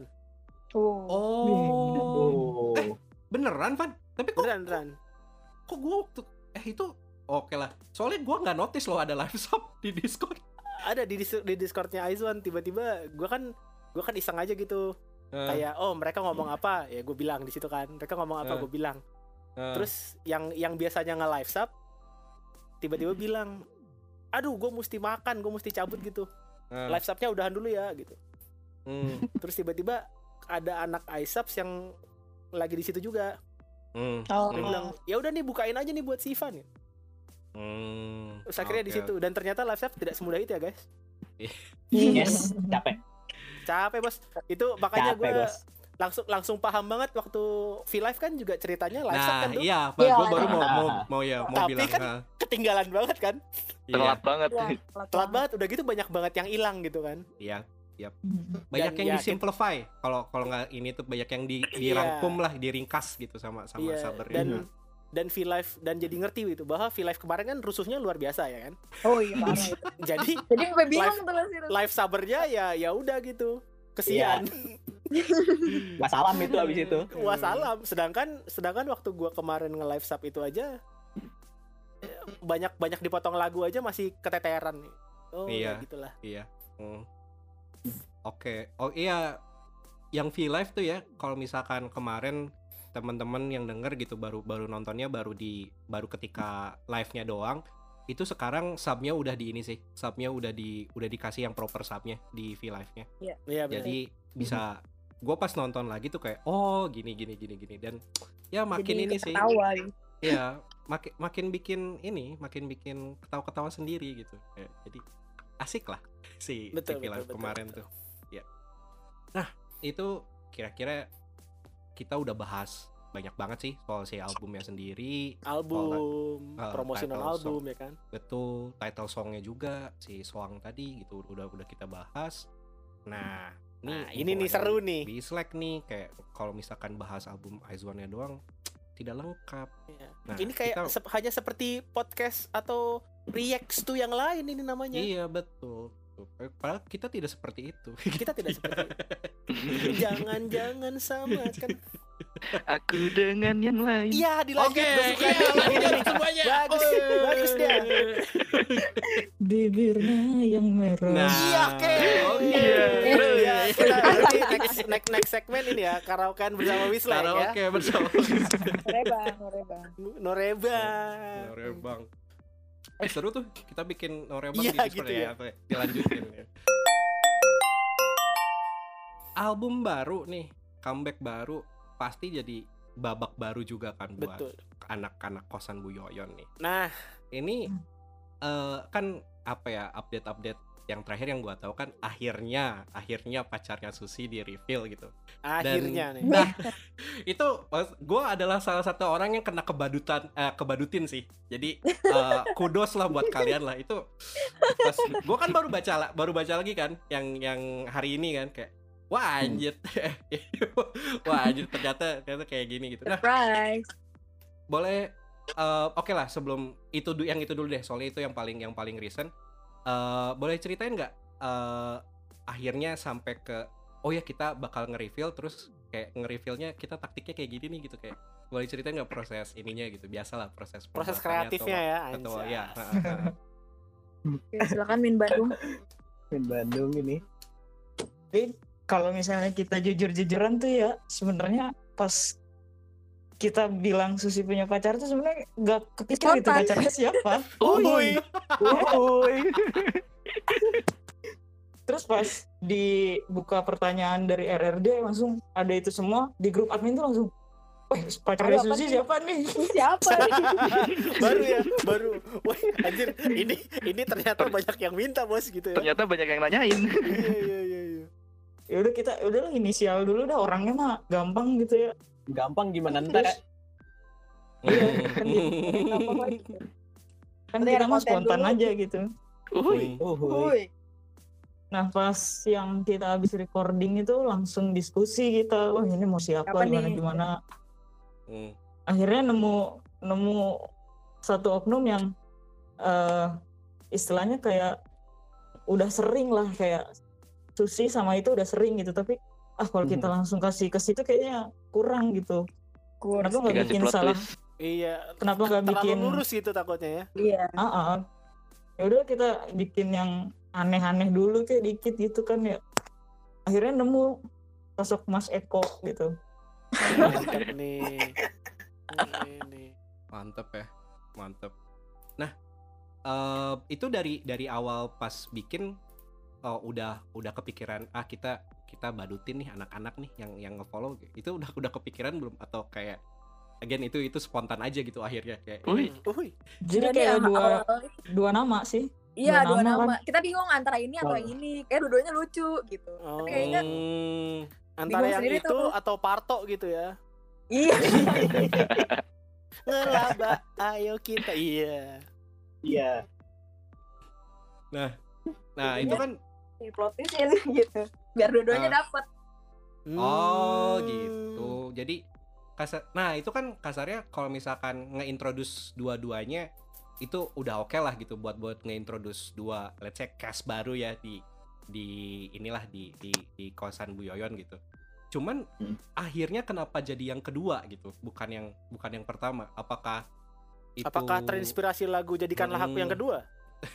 Oh. Beneran, Pan? Tapi kok Beneran. Kok gue waktu itu oke lah. Soalnya gue nggak notice loh ada live sub di Discord. Ada di Discord-nya Aizwan, tiba-tiba gue kan iseng aja gitu. Kayak mereka ngomong apa ya gue bilang di situ kan. Mereka ngomong apa gue bilang. Terus yang biasanya nge-live sub tiba-tiba bilang, aduh gue mesti makan, gue mesti cabut gitu. Live subnya udahan dulu ya gitu. Terus tiba-tiba ada anak iSubs yang lagi di situ juga. Dia bilang, ya udah nih bukain aja nih buat si Ivan ya. Terus akhirnya di situ, dan ternyata live sub tidak semudah itu ya guys. Yes, Capek bos. Itu makanya gue bos. langsung paham banget waktu V-Live kan juga ceritanya live sub kan tuh. Iya, gue baru mau Tapi bilang kan ketinggalan banget kan. Telat banget. Telat banget, udah gitu banyak banget yang hilang gitu kan. Iya. Banyak yang disimplify. Kalau nggak ini tuh banyak yang dirangkum lah, diringkas gitu sama saber. Dan V-Live dan jadi ngerti gitu bahwa V-Live kemarin kan rusuhnya luar biasa ya kan. Oh iya parah itu. Jadi bingung tuh sih. Live sabernya ya udah gitu. Kesian. Wassalam itu abis itu. Wassalam. Sedangkan waktu gua kemarin nge-live sub itu aja banyak dipotong lagu aja masih keteteran nih. Oh iya. Gitulah. Iya. Oke. Oh iya, yang V-Live tuh ya, kalau misalkan kemarin teman-teman yang denger gitu baru nontonnya baru ketika live-nya doang, itu sekarang subnya udah di ini sih, subnya udah dikasih yang proper subnya di V-Live-nya. Iya. Jadi bisa, gue pas nonton lagi tuh kayak gini dan ya makin jadi ini sih. Iya, makin bikin ketawa-ketawa sendiri gitu. Jadi asik lah si V-Live kemarin tuh. Ya. Nah, itu kira-kira kita udah bahas banyak banget sih soal si albumnya sendiri, promosional album ya kan. Betul, title songnya juga si Soang tadi gitu udah kita bahas. Nah ini nih seru nih. Di Slack nih kayak kalau misalkan bahas album Aizwan-nya doang tidak lengkap. Nah, ini kayak hanya seperti podcast atau reacts tuh yang lain ini namanya. Iya betul. Padahal kita tidak seperti itu. Kita tidak seperti itu. Jangan samakan aku dengan yang lain. Iya, dilanjut. Semuanya. Bagus dia. Bibirnya yang merah. Iya, oke. Iya. Kita next segmen ini ya, karaokean bersama Wisla ya. Karaoke bersama Norebang. Seru tuh kita bikin Norebang di Discord gitu ya. Dilanjutin ya. Album baru nih, comeback baru, pasti jadi babak baru juga kan buat anak-anak kosan Bu Yoyon nih. Nah, ini kan apa ya, update yang terakhir yang gua tahu kan akhirnya pacarnya Susi di reveal gitu. Akhirnya nih. Nah, itu gua adalah salah satu orang yang kena kebadutin sih. Jadi kudos lah buat kalian lah itu. Pas gua kan baru baca lagi kan yang hari ini kan kayak wah anjir. Wah anjir ternyata kayak gini gitu. Nah, surprise. boleh oke lah, sebelum itu yang itu dulu deh, soalnya itu yang paling recent. Boleh ceritain nggak akhirnya sampai ke oh ya kita bakal nge-reveal, terus kayak nge-revealnya kita taktiknya kayak gini nih gitu, kayak boleh ceritain nggak proses ininya gitu, biasalah proses kreatifnya ya, atau ya. Oke, silakan Min Bandung. Min Bandung ini. Tapi kalau misalnya kita jujur-jujuran tuh ya, sebenarnya pas kita bilang Susi punya pacar tuh sebenarnya nggak kepikir gitu pacarnya siapa. Uy. Terus pas dibuka pertanyaan dari RRD langsung ada itu semua di grup admin tuh langsung, wah pacarnya Susi siapa nih? Siapa? baru. Wah anjir, ini ternyata banyak yang minta bos gitu ya. Ternyata banyak yang nanyain. Iya. Ya udah udah inisial dulu dah, orangnya mah gampang gitu ya. Gampang gimana ntar? Kan kita mah spontan dulu aja gitu. Uhuy. Nah pas yang kita habis recording itu langsung diskusi kita, wah ini mau siapa, gimana. Akhirnya nemu satu oknum yang istilahnya kayak udah sering lah, kayak Susi sama itu udah sering gitu, tapi kalau kita langsung kasih ke situ kayaknya kurang gitu. Kenapa nggak bikin salah? Iya. Kenapa nggak bikin lurus gitu takutnya ya? Iya. Ya udah kita bikin yang aneh-aneh dulu kayak dikit gitu kan ya. Akhirnya nemu sosok Mas Eko gitu. Mantap nih. Mantep. Nah, itu dari awal pas bikin udah kepikiran kita badutin nih anak-anak nih yang nge-follow, itu udah kepikiran belum, atau kayak again itu spontan aja gitu akhirnya kayak. Jadi kayak dua nama sih. Iya, dua nama. Kan? Kita bingung antara ini atau yang ini. Kayak dua-duanya lucu gitu. Tapi kayaknya antara yang itu tuh atau Parto gitu ya. Iya. Ngelaba, ayo kita. Iya. Nah, itu kan diplotisin gitu. Biar dua-duanya dapat. Oh, gitu. Jadi nah itu kan kasarnya kalau misalkan nge-introduce dua-duanya itu udah oke lah gitu buat nge-introduce dua, let's say cast baru ya di inilah di kosan Bu Yoyon gitu. Cuman akhirnya kenapa jadi yang kedua gitu, bukan yang pertama? Apakah terinspirasi lagu Jadikanlah Aku yang kedua?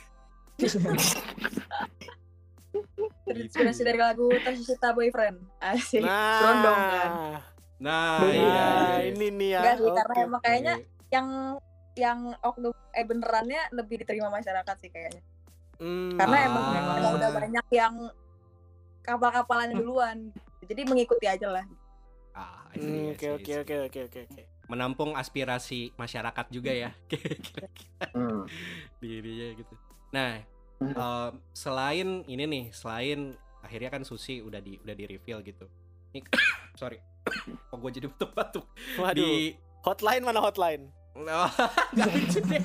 Terinspirasi dari lagu Tersisa Boyfriend. Asik. Rondong kan. Nah, iya. Ini nih ya. Enggak sih, karena emang kayaknya yang oknum benerannya lebih diterima masyarakat sih kayaknya. Karena emang udah banyak yang kapal-kapalan duluan. Jadi mengikuti aja lah. Oke. Menampung aspirasi masyarakat juga ya. Dirinya gitu. Nah, selain akhirnya kan Susi udah di reveal gitu. Ini sorry. Kok gue jadi batuk-batuk. Waduh. Hotline mana hotline? Gak lucu deh.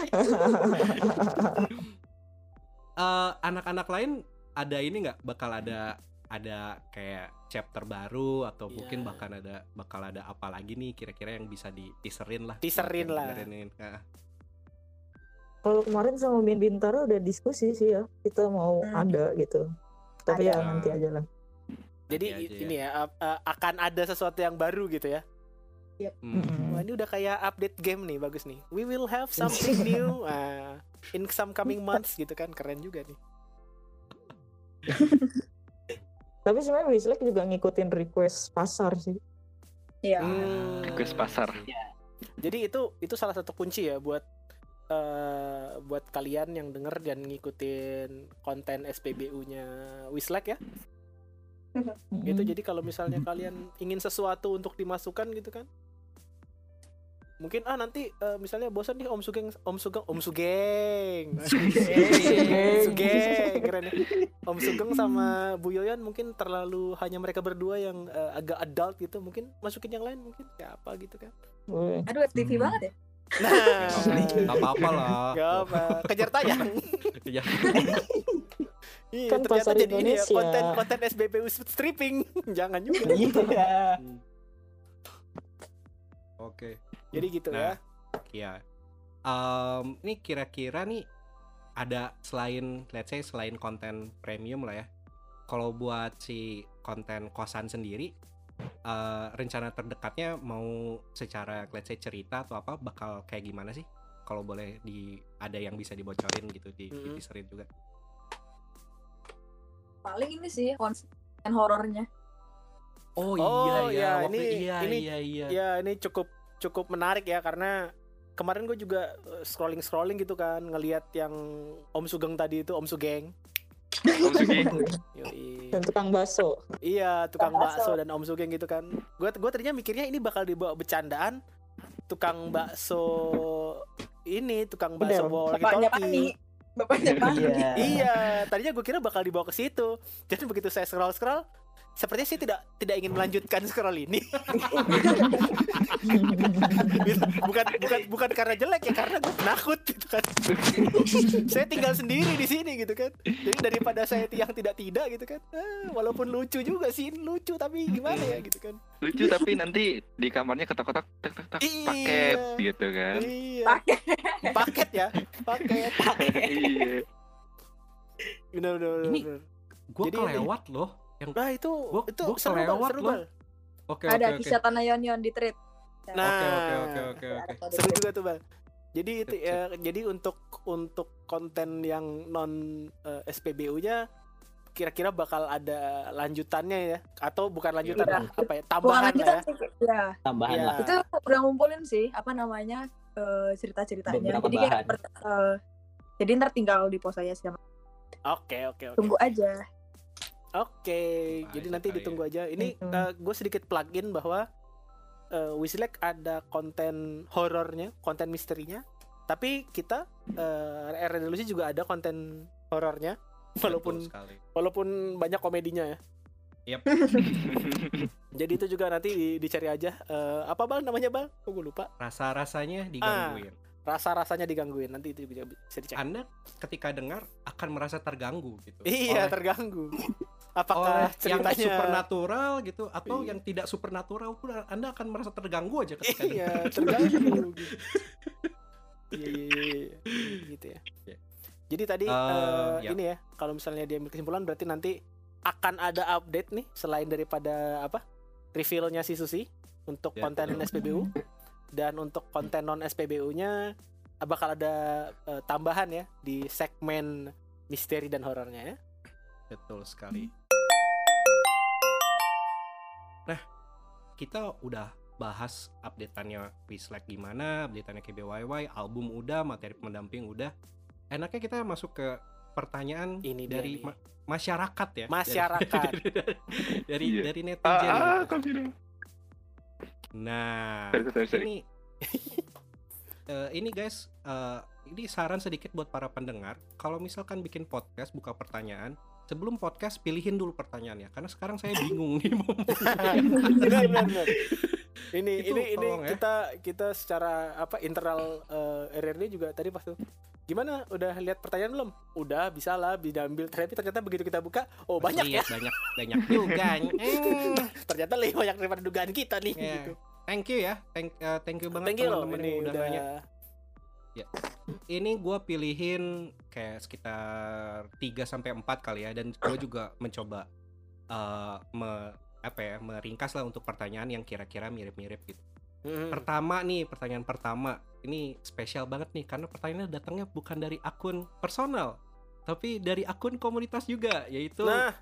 Anak-anak lain ada ini nggak, bakal ada kayak chapter baru atau mungkin bakal ada apa lagi nih kira-kira yang bisa di-teaserin lah. Kalau kemarin sama Min Bintaro udah diskusi sih ya, kita mau ada gitu. Tapi ya nanti aja lah. Jadi ini ya akan ada sesuatu yang baru gitu ya. Yep. Wah, ini udah kayak update game nih, bagus nih. We will have something new in some coming months gitu kan, keren juga nih. Tapi sebenarnya Wishlek juga ngikutin request pasar sih. Iya. Request pasar. Jadi itu salah satu kunci ya buat kalian yang denger dan ngikutin konten SPBU-nya Wishlek ya. Gitu. Jadi kalau misalnya kalian ingin sesuatu untuk dimasukkan gitu kan, mungkin nanti misalnya bosan nih Om Sugeng keren ya. Om Sugeng sama Bu Yoyon mungkin terlalu hanya mereka berdua yang agak adult gitu, mungkin masukin yang lain mungkin siapa gitu kan. Aduh, FTV banget ya. Nah, nggak apa-apa lah. Nggak apa, kejar tayang. Iya, Kan ternyata pasar jadi ini ya, Indonesia. konten SBBU stripping. Jangan juga. Iya. Oke. Jadi gitu ya. ya. Ini kira-kira nih ada selain let's say selain konten premium lah ya. Kalau buat si konten kosan sendiri, rencana terdekatnya mau secara let's say cerita atau apa bakal kayak gimana sih? Kalau boleh ada yang bisa dibocorin gitu di teaserin juga. Paling ini sih konten horornya. Oh iya, ini cukup menarik ya, karena kemarin gue juga scrolling gitu kan, ngelihat yang Om Sugeng tadi itu, Om Sugeng. Dan tukang bakso. Iya, tukang bakso dan Om Sugeng gitu kan. Gue tadinya mikirnya ini bakal dibawa bercandaan tukang bakso walkie-talkie. Bapaknya Pani. Iya, tadinya gue kira bakal dibawa ke situ. Jadi begitu saya scroll, sepertinya sih tidak ingin melanjutkan scroll ini. bukan karena jelek ya, karena gue penakut gitu kan. Saya tinggal sendiri di sini gitu kan. Jadi daripada saya yang tidak gitu kan. Walaupun lucu juga sih, lucu tapi gimana ya gitu kan. Lucu tapi nanti di kamarnya ketok-ketok paket gitu kan. Iya. Paket ya. Iya. Benar. Ini gue kelewat loh. Nah itu seru loh. Oke. Ada kisah Tanah Yon di trade. Nah, oke. Seru juga tuh Bang. Jadi itu ya, jadi untuk konten yang non SPBU-nya kira-kira bakal ada lanjutannya ya, atau bukan lanjutan lah, apa ya, tambahan lah ya. Tambahan lah. Itu udah ngumpulin sih apa namanya cerita-ceritanya. Jadi kayak jadi ntar tinggal di post aja sih. Oke. Tunggu aja. Oke, jadi nanti ditunggu aja. Ini gue sedikit plugin bahwa Wizlek ada konten horornya, konten misterinya. Tapi kita Revolusi juga ada konten horornya, walaupun banyak komedinya ya. Yep. Jadi itu juga nanti dicari aja. Apa Bal namanya Bal? Gue lupa. Rasa-rasanya digangguin. Rasa-rasanya digangguin, nanti itu juga bisa dicek. Anda ketika dengar akan merasa terganggu gitu. Iya, terganggu. Apakah ceritanya yang supernatural gitu atau yang tidak supernatural pun Anda akan merasa terganggu aja ketika dengar. Terganggu gitu. Iya. Gitu ya. Jadi tadi ini ya, kalau misalnya diambil kesimpulan berarti nanti akan ada update nih selain daripada reveal-nya si Susi untuk konten SPBU. Dan untuk konten non SPBU-nya bakal ada tambahan ya di segmen misteri dan horornya ya. Betul sekali. Nah, kita udah bahas update-annya Wizlek gimana, update-annya KBYY, album udah, materi pendamping udah. Enaknya kita masuk ke pertanyaan ini dari masyarakat ya. Masyarakat. Dari netizen. Nah, ini guys, ini saran sedikit buat para pendengar. Kalau misalkan bikin podcast, buka pertanyaan, sebelum podcast pilihin dulu pertanyaannya, karena sekarang saya bingung nih mau benar. Ini kita secara internal RRD juga tadi pas tuh. Gimana? Udah lihat pertanyaan belum? Udah, bisa lah diambil. Tapi ternyata begitu kita buka, banyak ya. Banyak juga. Ternyata lebih banyak daripada dugaan kita nih. Gitu. Thank you ya. Thank you banget teman-teman yang udah nanya. Ya. Ini gue pilihin kayak sekitar 3-4 kali ya, dan gue juga mencoba meringkas lah untuk pertanyaan yang kira-kira mirip-mirip gitu. Pertanyaan pertama ini spesial banget nih, karena pertanyaannya datangnya bukan dari akun personal, tapi dari akun komunitas juga, yaitu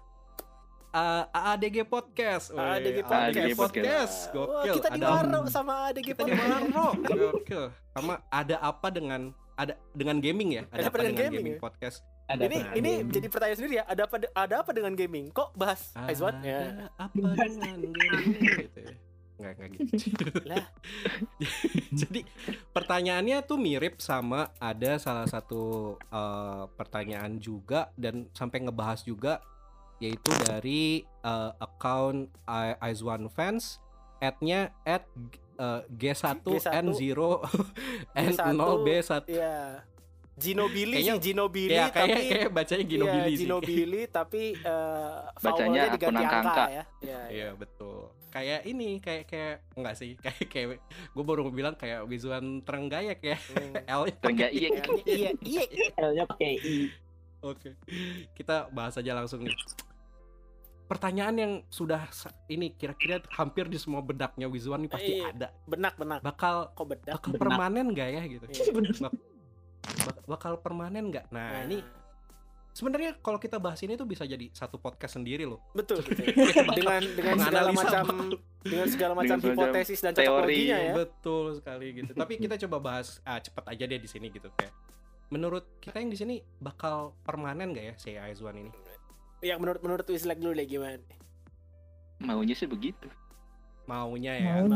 AADG Podcast. AADG Podcast. Gokil. Kita diwarok sama AADG Podcast. Gokil. Sama ada apa dengan gaming ya? Ada apa dengan gaming podcast? Ini jadi pertanyaan sendiri ya. Ada apa dengan gaming? Kok bahas Aizwan? Ada apa dengan gaming gitu ya? Enggak gitu. Lah. Jadi pertanyaannya tuh mirip sama ada salah satu pertanyaan juga dan sampai ngebahas juga, yaitu dari account Aizwan Fans, @nya @G1N0N0B1. Iya. Ginobili sih, Ginobili ya, tapi kayak bacanya Ginobili sih. Ginobili tapi bacanya diganti angka ya. Iya, betul. Kayak ini kayak enggak sih, kayak gue baru bilang kayak Wizuan Trenggalek ya. L-nya Trenggalek. Iya. L-nya pakai I. Oke. Kita bahas aja langsung nih. Pertanyaan yang sudah ini kira-kira hampir di semua bedaknya Wizuan nih pasti ada. Benak. Bakal permanen nggak ya gitu? Bakal permanen nggak? Nah, ini sebenarnya kalau kita bahas ini tuh bisa jadi satu podcast sendiri loh. Betul. dengan segala macam hipotesis dan cocokologinya ya. Betul sekali gitu. Tapi kita coba bahas cepet aja deh di sini gitu kayak. Menurut kita yang di sini bakal permanen nggak ya si Aizuan ini? Ya menurut Wizlek dulu deh gimana? Maunya sih begitu. Maunya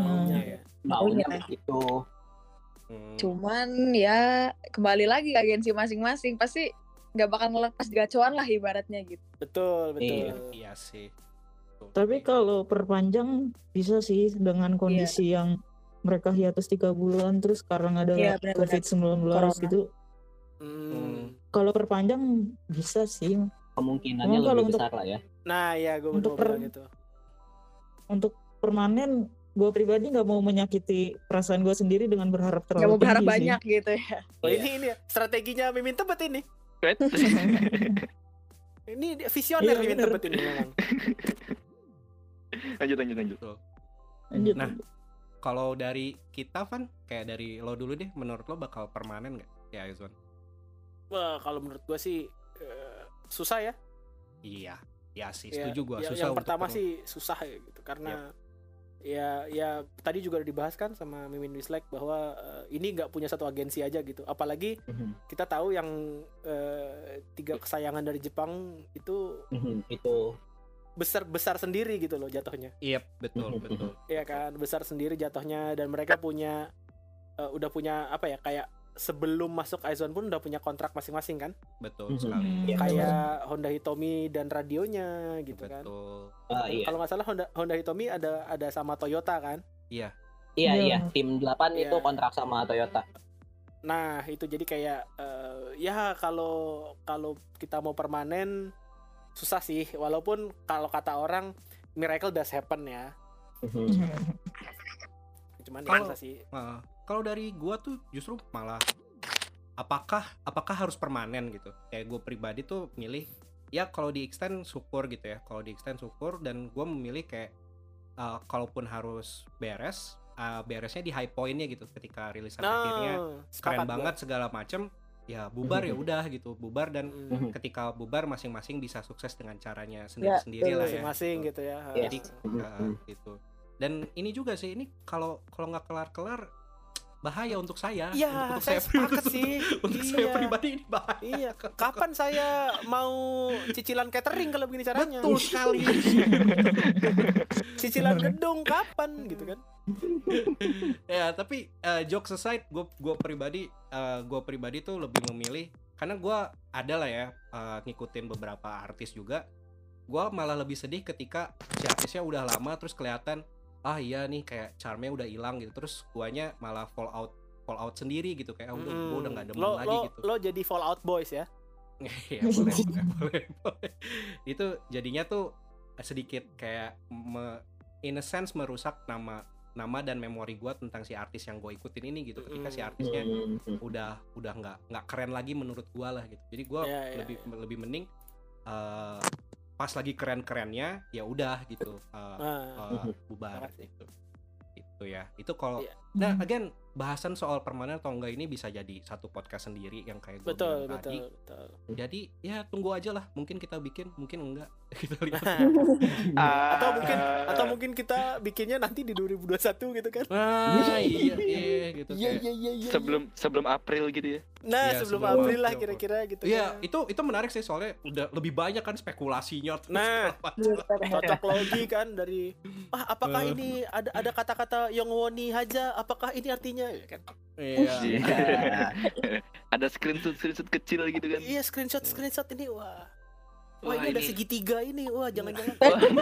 begitu. Cuman ya kembali lagi ke agensi masing-masing, pasti nggak bakal ngelepas gacuan lah ibaratnya gitu. Betul. Iya sih. Tapi kalau perpanjang bisa sih dengan kondisi yang mereka hiatus 3 bulan terus karena ada COVID-19 gitu. Kalau perpanjang bisa sih. Kemungkinannya lebih besar lah ya. Nah ya gue bilang gitu. Untuk permanen gue pribadi nggak mau menyakiti perasaan gue sendiri dengan berharap terlalu tinggi. Gak mau berharap sih. banyak gitu ya. Ini strateginya Mimin Tebet ini. Ini visioner Mimin Tebet ini memang. Lanjut. Nah, kalau dari kita Van, kayak dari lo dulu deh, menurut lo bakal permanen nggak ya Aizuan? Wah, kalau menurut gue sih susah ya. Iya sih, setuju gue. Susah. Yang pertama sih susah ya gitu, karena ya tadi juga udah dibahas kan sama Mimin Wizlek bahwa ini nggak punya satu agensi aja gitu. Apalagi kita tahu yang 3 kesayangan dari Jepang itu besar sendiri gitu loh jatuhnya. Iya, betul. Iya kan, besar sendiri jatuhnya, dan mereka punya udah punya apa ya, kayak sebelum masuk Aizuan pun udah punya kontrak masing-masing kan. Betul sekali. Kayak Honda Hitomi dan radionya gitu kan. Kalau nggak salah Honda Hitomi ada sama Toyota kan. Iya, tim 8 itu kontrak sama Toyota. Nah itu jadi kayak ya kalau kita mau permanen susah sih, walaupun kalau kata orang miracle does happen ya. Cuman ya susah sih. Kalau dari gua tuh justru malah apakah harus permanen gitu. Kayak gua pribadi tuh milih ya kalau di extend syukur gitu ya. Kalau di extend syukur, dan gua memilih kayak kalaupun harus beresnya di high point-nya gitu, ketika rilisan akhirnya keren banget segala macem, ya bubar ya udah gitu, bubar, dan ketika bubar masing-masing bisa sukses dengan caranya sendiri-sendiri lah ya. Masing-masing gitu ya. Jadi gitu. Dan ini juga sih, ini kalau nggak kelar bahaya untuk saya. Iya, saya sepakat sih. Untuk saya pribadi ini bahaya. Iya, kapan saya mau cicilan catering kalau begini caranya? Betul sekali. Cicilan gedung kapan gitu kan? Ya, tapi jokes aside, gue pribadi tuh lebih memilih, karena gue ada lah ya ngikutin beberapa artis juga. Gue malah lebih sedih ketika si artisnya udah lama terus kelihatan iya nih kayak charmnya udah hilang gitu, terus guanya malah fall out sendiri gitu, kayak gue udah nggak demen lagi gitu. Lo jadi fall out boys ya? Ya boleh. Itu jadinya tuh sedikit kayak in a sense merusak nama dan memori gue tentang si artis yang gue ikutin ini gitu, ketika si artisnya udah nggak keren lagi menurut gue lah gitu. Jadi gue lebih mending pas lagi keren-kerennya ya udah gitu bubar gitu ya. Itu kalau nah again, bahasan soal permanen atau enggak ini bisa jadi satu podcast sendiri yang kayak gue bilang tadi. Betul. Jadi ya tunggu aja lah, mungkin kita bikin, mungkin enggak, kita lihat. atau mungkin kita bikinnya nanti di 2021 gitu kan. Iya gitu. Iya. Sebelum April gitu ya. Nah, sebelum April lah kira-kira gitu. Iya, itu menarik sih, soalnya udah lebih banyak kan spekulasinya. Nah, cocok logi kan dari apakah ini ada kata-kata Yongwoni Haja, apakah ini artinya kan? Iya. Ada screenshot kecil gitu kan. Iya, screenshot ini wah. Wah, ini ada segitiga ini. Wah, jangan-jangan.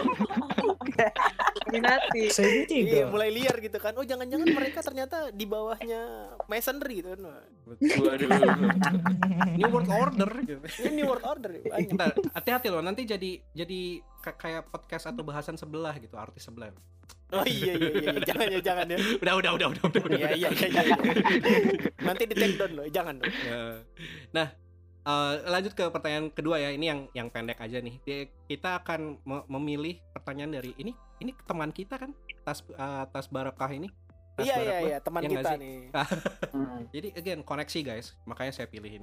Minati. Segitiga. Iya, mulai liar gitu kan. Oh, jangan-jangan mereka ternyata di bawahnya masonry gitu kan. Waduh. New World Order gitu. Ini New World Order. Bentar, hati-hati loh, nanti jadi kayak podcast atau bahasan sebelah gitu, artis sebelah. Oh iya, jangan ya. Udah. Iya. Nanti di take down loh, jangan dong. Nah, lanjut ke pertanyaan kedua ya. Ini yang pendek aja nih. Kita akan memilih pertanyaan dari ini teman kita kan, Tas Barakah ini. Iya, teman ya kita nih. Jadi again koneksi guys, makanya saya pilih ini.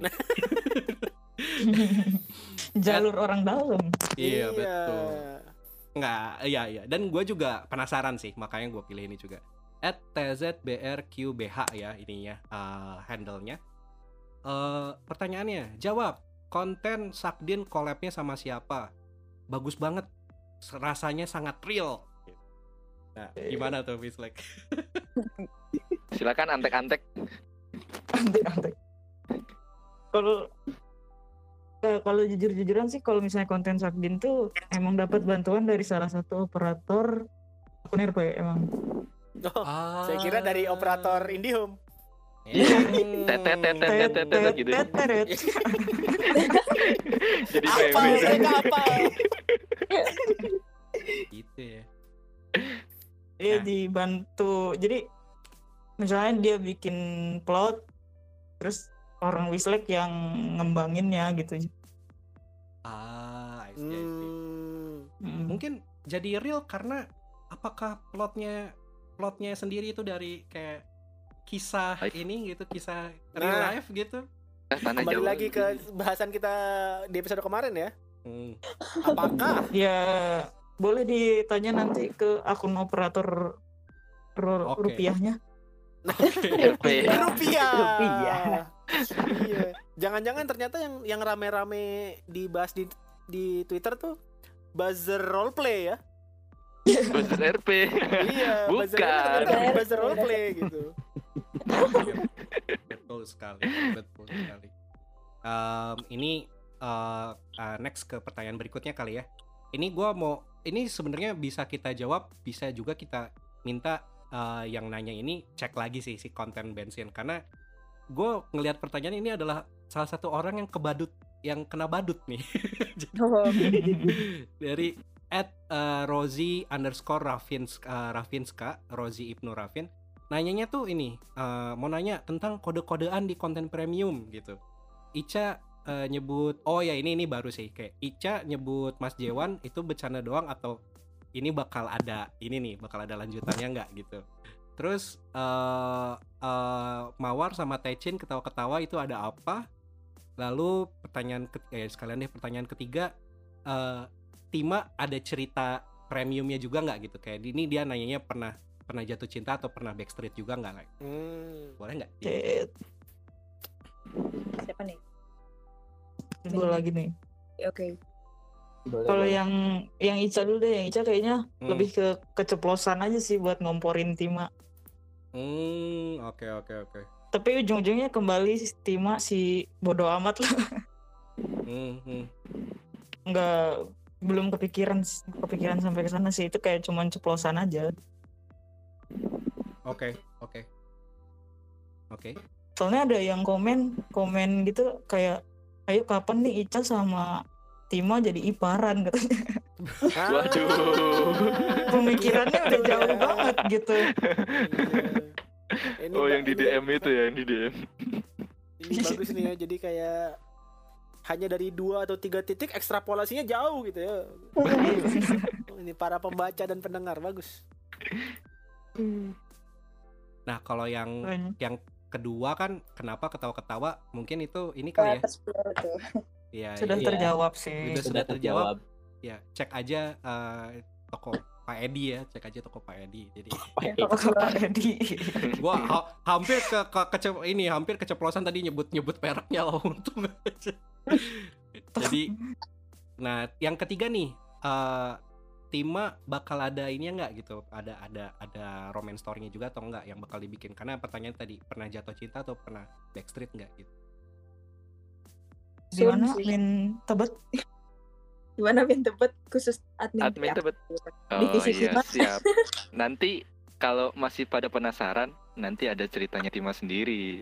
Jalur orang dalam. Iya betul. Enggak, iya. Dan gue juga penasaran sih, makanya gue pilih ini juga. @tzbrqbh ya ininya handle-nya. Pertanyaannya, jawab. Konten Sakdin collab-nya sama siapa? Bagus banget. Rasanya sangat real. Nah, gimana tuh Mislek? Silakan antek-antek. Kalau jujur-jujuran sih, kalau misalnya konten Sakdin tuh emang dapat bantuan dari salah satu operator akun RP emang. Saya kira dari operator IndiHome. Tet gitu. Jadi apa? Gitu ya. Dia dibantu. Jadi misalnya dia bikin plot, terus orang Wislek yang ngembanginnya gitu. I see. Mungkin jadi real karena apakah plotnya sendiri itu dari kayak kisah ini gitu, kisah real life gitu. Kembali lagi ke bahasan kita di episode kemarin ya. Apakah? Ya boleh ditanya nanti ke akun operator rupiahnya. Rupiah. Iya. Jangan-jangan ternyata yang rame-rame dibahas di Twitter tuh buzzer roleplay ya. Buzzer RP. Iya, bukan. Buzzer roleplay gitu. Betul sekali. Ini next ke pertanyaan berikutnya kali ya. Ini sebenarnya bisa kita jawab, bisa juga kita minta yang nanya ini cek lagi sih si konten bensin, karena gue ngelihat pertanyaan ini adalah salah satu orang yang kena badut nih. Dari @Rozi_Rafinska, Rozi Ibnu Rafin, nanyanya tuh ini mau nanya tentang kode-kodean di konten premium gitu. Ica nyebut, oh ya ini baru sih, kayak Ica nyebut Mas Jewan itu bercanda doang atau ini bakal ada lanjutannya nggak gitu. Terus Mawar sama Taechin ketawa-ketawa itu ada apa? Lalu pertanyaan ketiga, Tima ada cerita premiumnya juga nggak gitu? Kayak ini dia nanyanya pernah jatuh cinta atau pernah backstreet juga nggak? Boleh nggak? Siapa nih? Gue lagi nih. Oke. Kalau yang Ica dulu deh, yang Ica kayaknya lebih ke keceplosan aja sih buat ngomporin Tima. Oke. Tapi ujung-ujungnya kembali Tima si bodo amat lah. Belum kepikiran sampai ke sana sih, itu kayak cuman ceplosan aja. Oke. Soalnya ada yang komen gitu kayak, ayo kapan nih Ica sama Tima jadi iparan katanya. Waduh. Pemikirannya udah jauh banget gitu. Oh yang di DM itu ya, yang di DM. Ini bagus nih ya, jadi kayak hanya dari 2 atau 3 titik ekstrapolasinya jauh gitu ya. Ini para pembaca dan pendengar, bagus. Nah kalau yang kedua kan kenapa ketawa-ketawa, mungkin itu ini kali ya. Ya, sudah terjawab sih. Sudah terjawab. Ya, cek aja toko Pak Edi ya, cek aja toko Pak Edi. Jadi toko Pak Edi. Gua hampir hampir keceplosan tadi nyebut mereknya loh, untung aja. Jadi nah, yang ketiga nih, Tima bakal ada ini nggak gitu? Ada romance story-nya juga atau enggak yang bakal dibikin? Karena pertanyaan tadi pernah jatuh cinta atau pernah backstreet nggak gitu. Di mana main Tebet? Gimana Min Tebet khusus admin Tebet. Divisi iya, siap. Nanti kalau masih pada penasaran, nanti ada ceritanya Tima sendiri.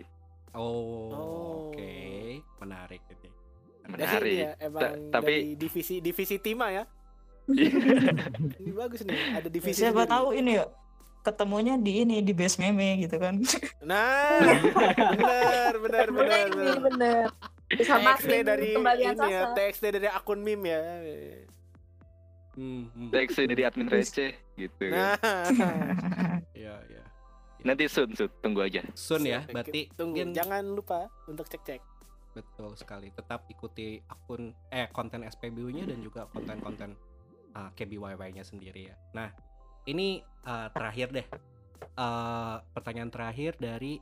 Oke. Menarik ini. Menarik. Ya, emang tapi dari divisi Tima ya. Ini bagus nih, ada divisi. Siapa tahu ini ya ketemunya di base meme gitu kan. Nah, benar. Sama TXT dari kembalian ini ya, Sasa. TXT dari akun meme ya. TXT dari admin receh gitu kan. Iya. Nanti Sun, tunggu aja. Sun ya, berarti tunggu. Jangan lupa untuk cek. Betul sekali. Tetap ikuti akun konten SPBU-nya dan juga konten-konten KBYY-nya sendiri ya. Nah, ini terakhir deh. Pertanyaan terakhir dari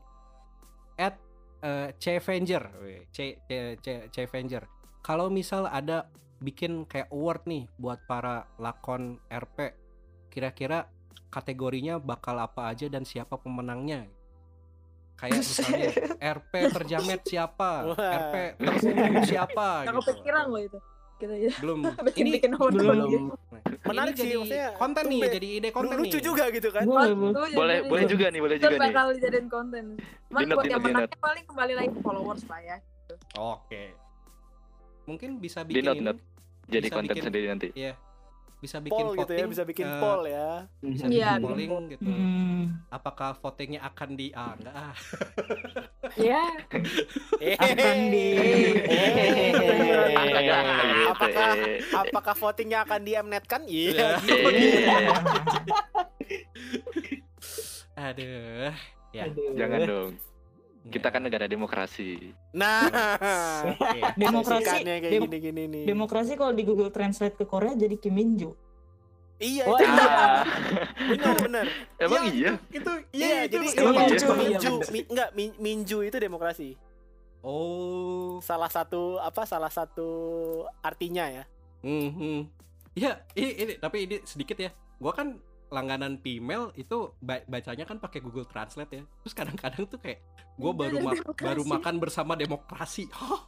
@Chevenger. Chevenger. Kalau misal ada bikin kayak award nih buat para lakon RP, kira-kira kategorinya bakal apa aja dan siapa pemenangnya? Kayak misalnya RP terjamet siapa, RP terumum siapa Aku gitu. pikiran loh itu. Kita ya. Belum. Bikin award belum. Menarik sih, jadi maksudnya konten nih, jadi ide konten lucu nih. juga gitu kan. Boleh juga nih. bakal dijadiin konten. Cuman buat yang menangnya paling kembali lagi ke followers lah ya. Oke. Mungkin bisa bikin Not. Jadi bisa konten bikin- sendiri nanti. Iya. Bisa bikin Poll voting, gitu ya, bisa bikin poll ya. Bisa Iya, bikin bikin polling poll. gitu. Apakah votingnya akan enggak Iya. Akan Apakah votingnya akan di Mnetkan? Iya. Aduh. Ya. Jangan dong. Kita kan negara demokrasi. Nah, Demokrasi, Susikannya kayak gini-gini nih. demokrasi kalau di Google Translate ke Korea jadi Kim Min Joo. Iya, Wah, itu iya. benar. Emang iya? Itu Iya, jadi emang iya? Minju itu demokrasi. Oh. Salah satu artinya ya. Ya, ini tapi ini sedikit ya. Gua kan langganan Pmail itu bacanya kan pakai Google Translate ya. Terus kadang-kadang tuh kayak gue baru makan bersama demokrasi.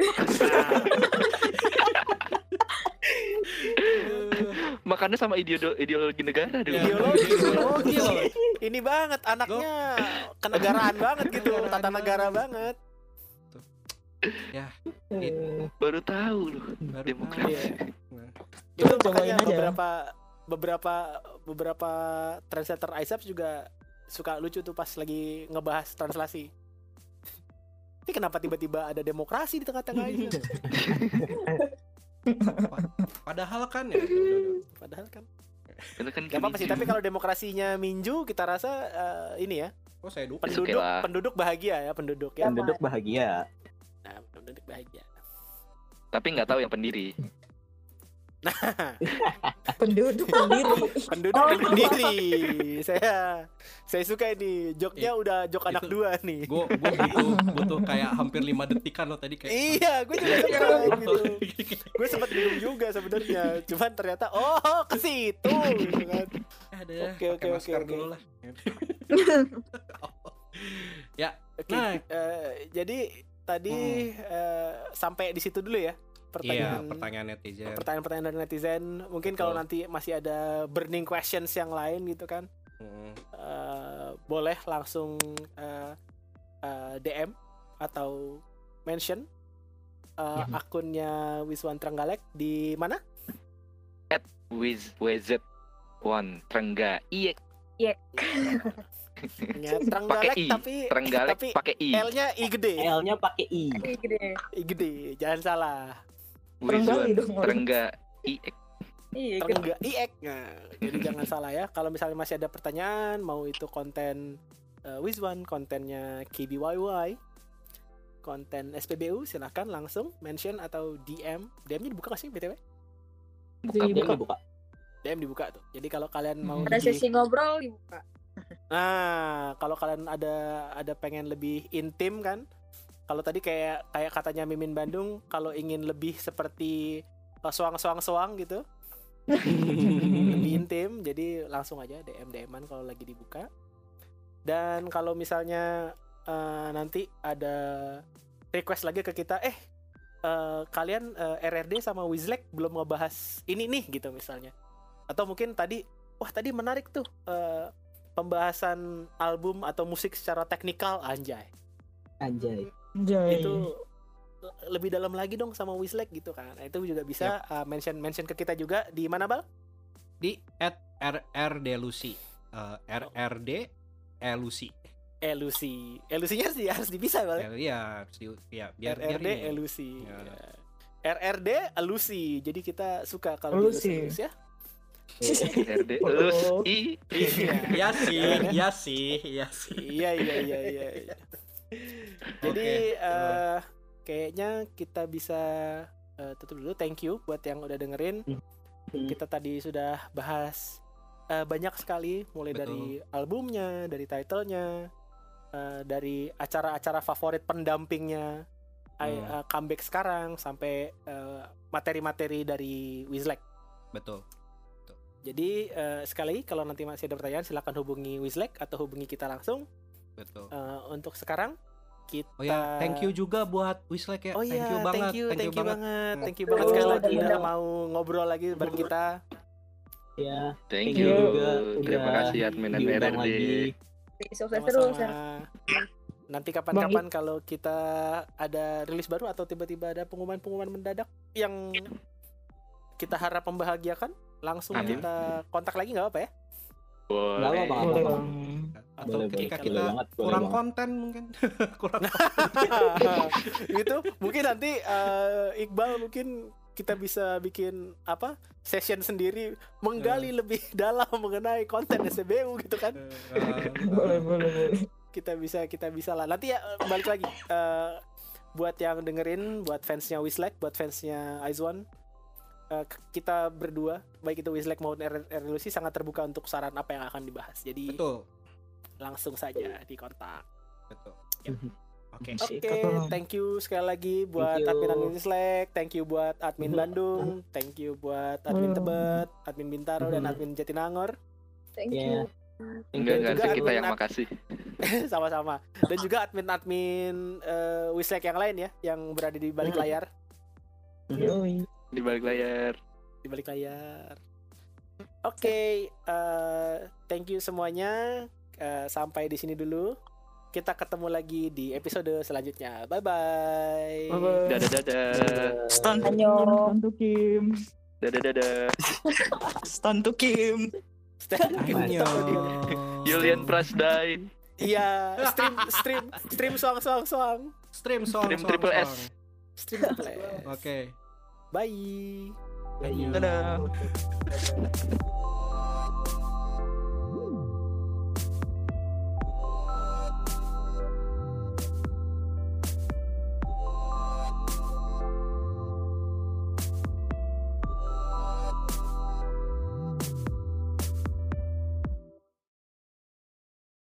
Makannya sama ideologi negara dong. Ideologi. Ini banget anaknya kenegaraan banget gitu, tata negara banget. Ya, Baru tahu loh baru demokrasi. Itu cobain makanya aja. beberapa translator ISAPS juga suka lucu tuh pas lagi ngebahas translasi. Ini kenapa tiba-tiba ada demokrasi di tengah-tengah ini? Padahal kan ya. Padahal kan. Itu kan Gak apa-apa sih, tapi kalau demokrasinya Minju kita rasa ini ya. Oh, saya dukung. Penduduk bahagia ya, penduduk ya. Penduduk bahagia. Nah, penduduk bahagia. Tapi nggak tahu yang pendiri. Penduduk sendiri. Penduduk. Saya suka ini joknya udah jok anak dua nih. Gue butuh kayak hampir 5 detikan lo tadi kayak. Iya, gue juga suka gitu. Gue sempat bingung juga sebenarnya, cuman ternyata ke situ gitu kan. Oke. Masker dulu lah. Ya. Oke. Nah, Jadi tadi sampai di situ dulu ya. Pertanyaan netizen. Pertanyaan-pertanyaan dari netizen. Mungkin kalau nanti masih ada burning questions yang lain gitu kan, boleh langsung DM atau mention akunnya Wiswan Trenggalek di mana? @wz1 Trenggalek. Trenggalek tapi pakai i. L-nya i gede. L-nya pakai i. I gede, jangan salah. Trenggalek. Trenggalek. Nah, jadi jangan salah ya. Kalau misalnya masih ada pertanyaan, mau itu konten Wiswan, kontennya KBYY, konten SPBU, silahkan langsung mention atau DM. DM-nya dibuka nggak sih BTW? Dibuka. DM dibuka tuh. Jadi kalau kalian mau Ada sesi ngobrol dibuka. Nah, kalau kalian ada pengen lebih intim kan? Kalau tadi kayak katanya Mimin Bandung, kalau ingin lebih seperti soang gitu. Lebih intim, jadi langsung aja DM-an kalau lagi dibuka. Dan kalau misalnya nanti ada request lagi ke kita, kalian RRD sama Wizlek belum ngebahas ini nih gitu misalnya. Atau mungkin tadi menarik tuh pembahasan album atau musik secara teknikal, anjay. Itu lebih dalam lagi dong sama Wizlek gitu kan. Nah, itu juga bisa mention ke kita juga di mana, Bal? Di @rrdelusi. RRD Elusi. Elusinya sih harus dipisah, Bal. Iya, biar RRD Elusi. Ya. RRD Elusi. Jadi kita suka kalau Elusi ya. RD Elusi. Iya sih. Iya. Jadi kayaknya kita bisa tutup dulu. Thank you buat yang udah dengerin. Kita tadi sudah bahas banyak sekali, mulai dari albumnya, dari titlenya, dari acara-acara favorit pendampingnya, comeback sekarang, sampai materi-materi dari Wizlek. Betul. Jadi sekali lagi kalau nanti masih ada pertanyaan silakan hubungi Wizlek atau hubungi kita langsung. Betul. Untuk sekarang kita thank you juga buat Wizlek ya. Thank you banget. Thank you banget sekali lagi udah mau ngobrol lagi bareng kita. Ya. Thank you juga. Terima kasih admin dan RRD. Sukses terus. Nanti kapan-kapan kalau kita ada rilis baru atau tiba-tiba ada pengumuman mendadak yang kita harap membahagiakan, langsung kita kontak lagi, nggak apa ya? Boleh. Atau ketika kita kurang konten mungkin. Gitu. Mungkin nanti Iqbal mungkin kita bisa bikin session sendiri menggali lebih dalam mengenai konten SBU gitu kan. Boleh. Kita bisa lah. Nanti ya balik lagi buat yang dengerin, buat fansnya Wizlek, buat fansnya Aizwan, kita berdua, baik itu Wizlek maupun Elusi, sangat terbuka untuk saran apa yang akan dibahas. Jadi langsung saja di kontak. Betul. Oke, thank you sekali lagi buat admin Wizlek, thank you buat admin Bandung, thank you buat admin Tebet, admin Bintaro, dan admin Jatinangor. Thank you. Enggak sih, kita yang makasih. Sama-sama. Dan juga admin Wizlek yang lain ya, yang berada di balik layar. Di balik layar. Oke, thank you semuanya. Sampai di sini dulu. Kita ketemu lagi di episode selanjutnya. Bye-bye. Dadah. Stan to Kim. Dadah. Stan to Kim. Julian Prasdain. Iya, stream song. Stream triple S. Oke. Bye. Bye. Dadah.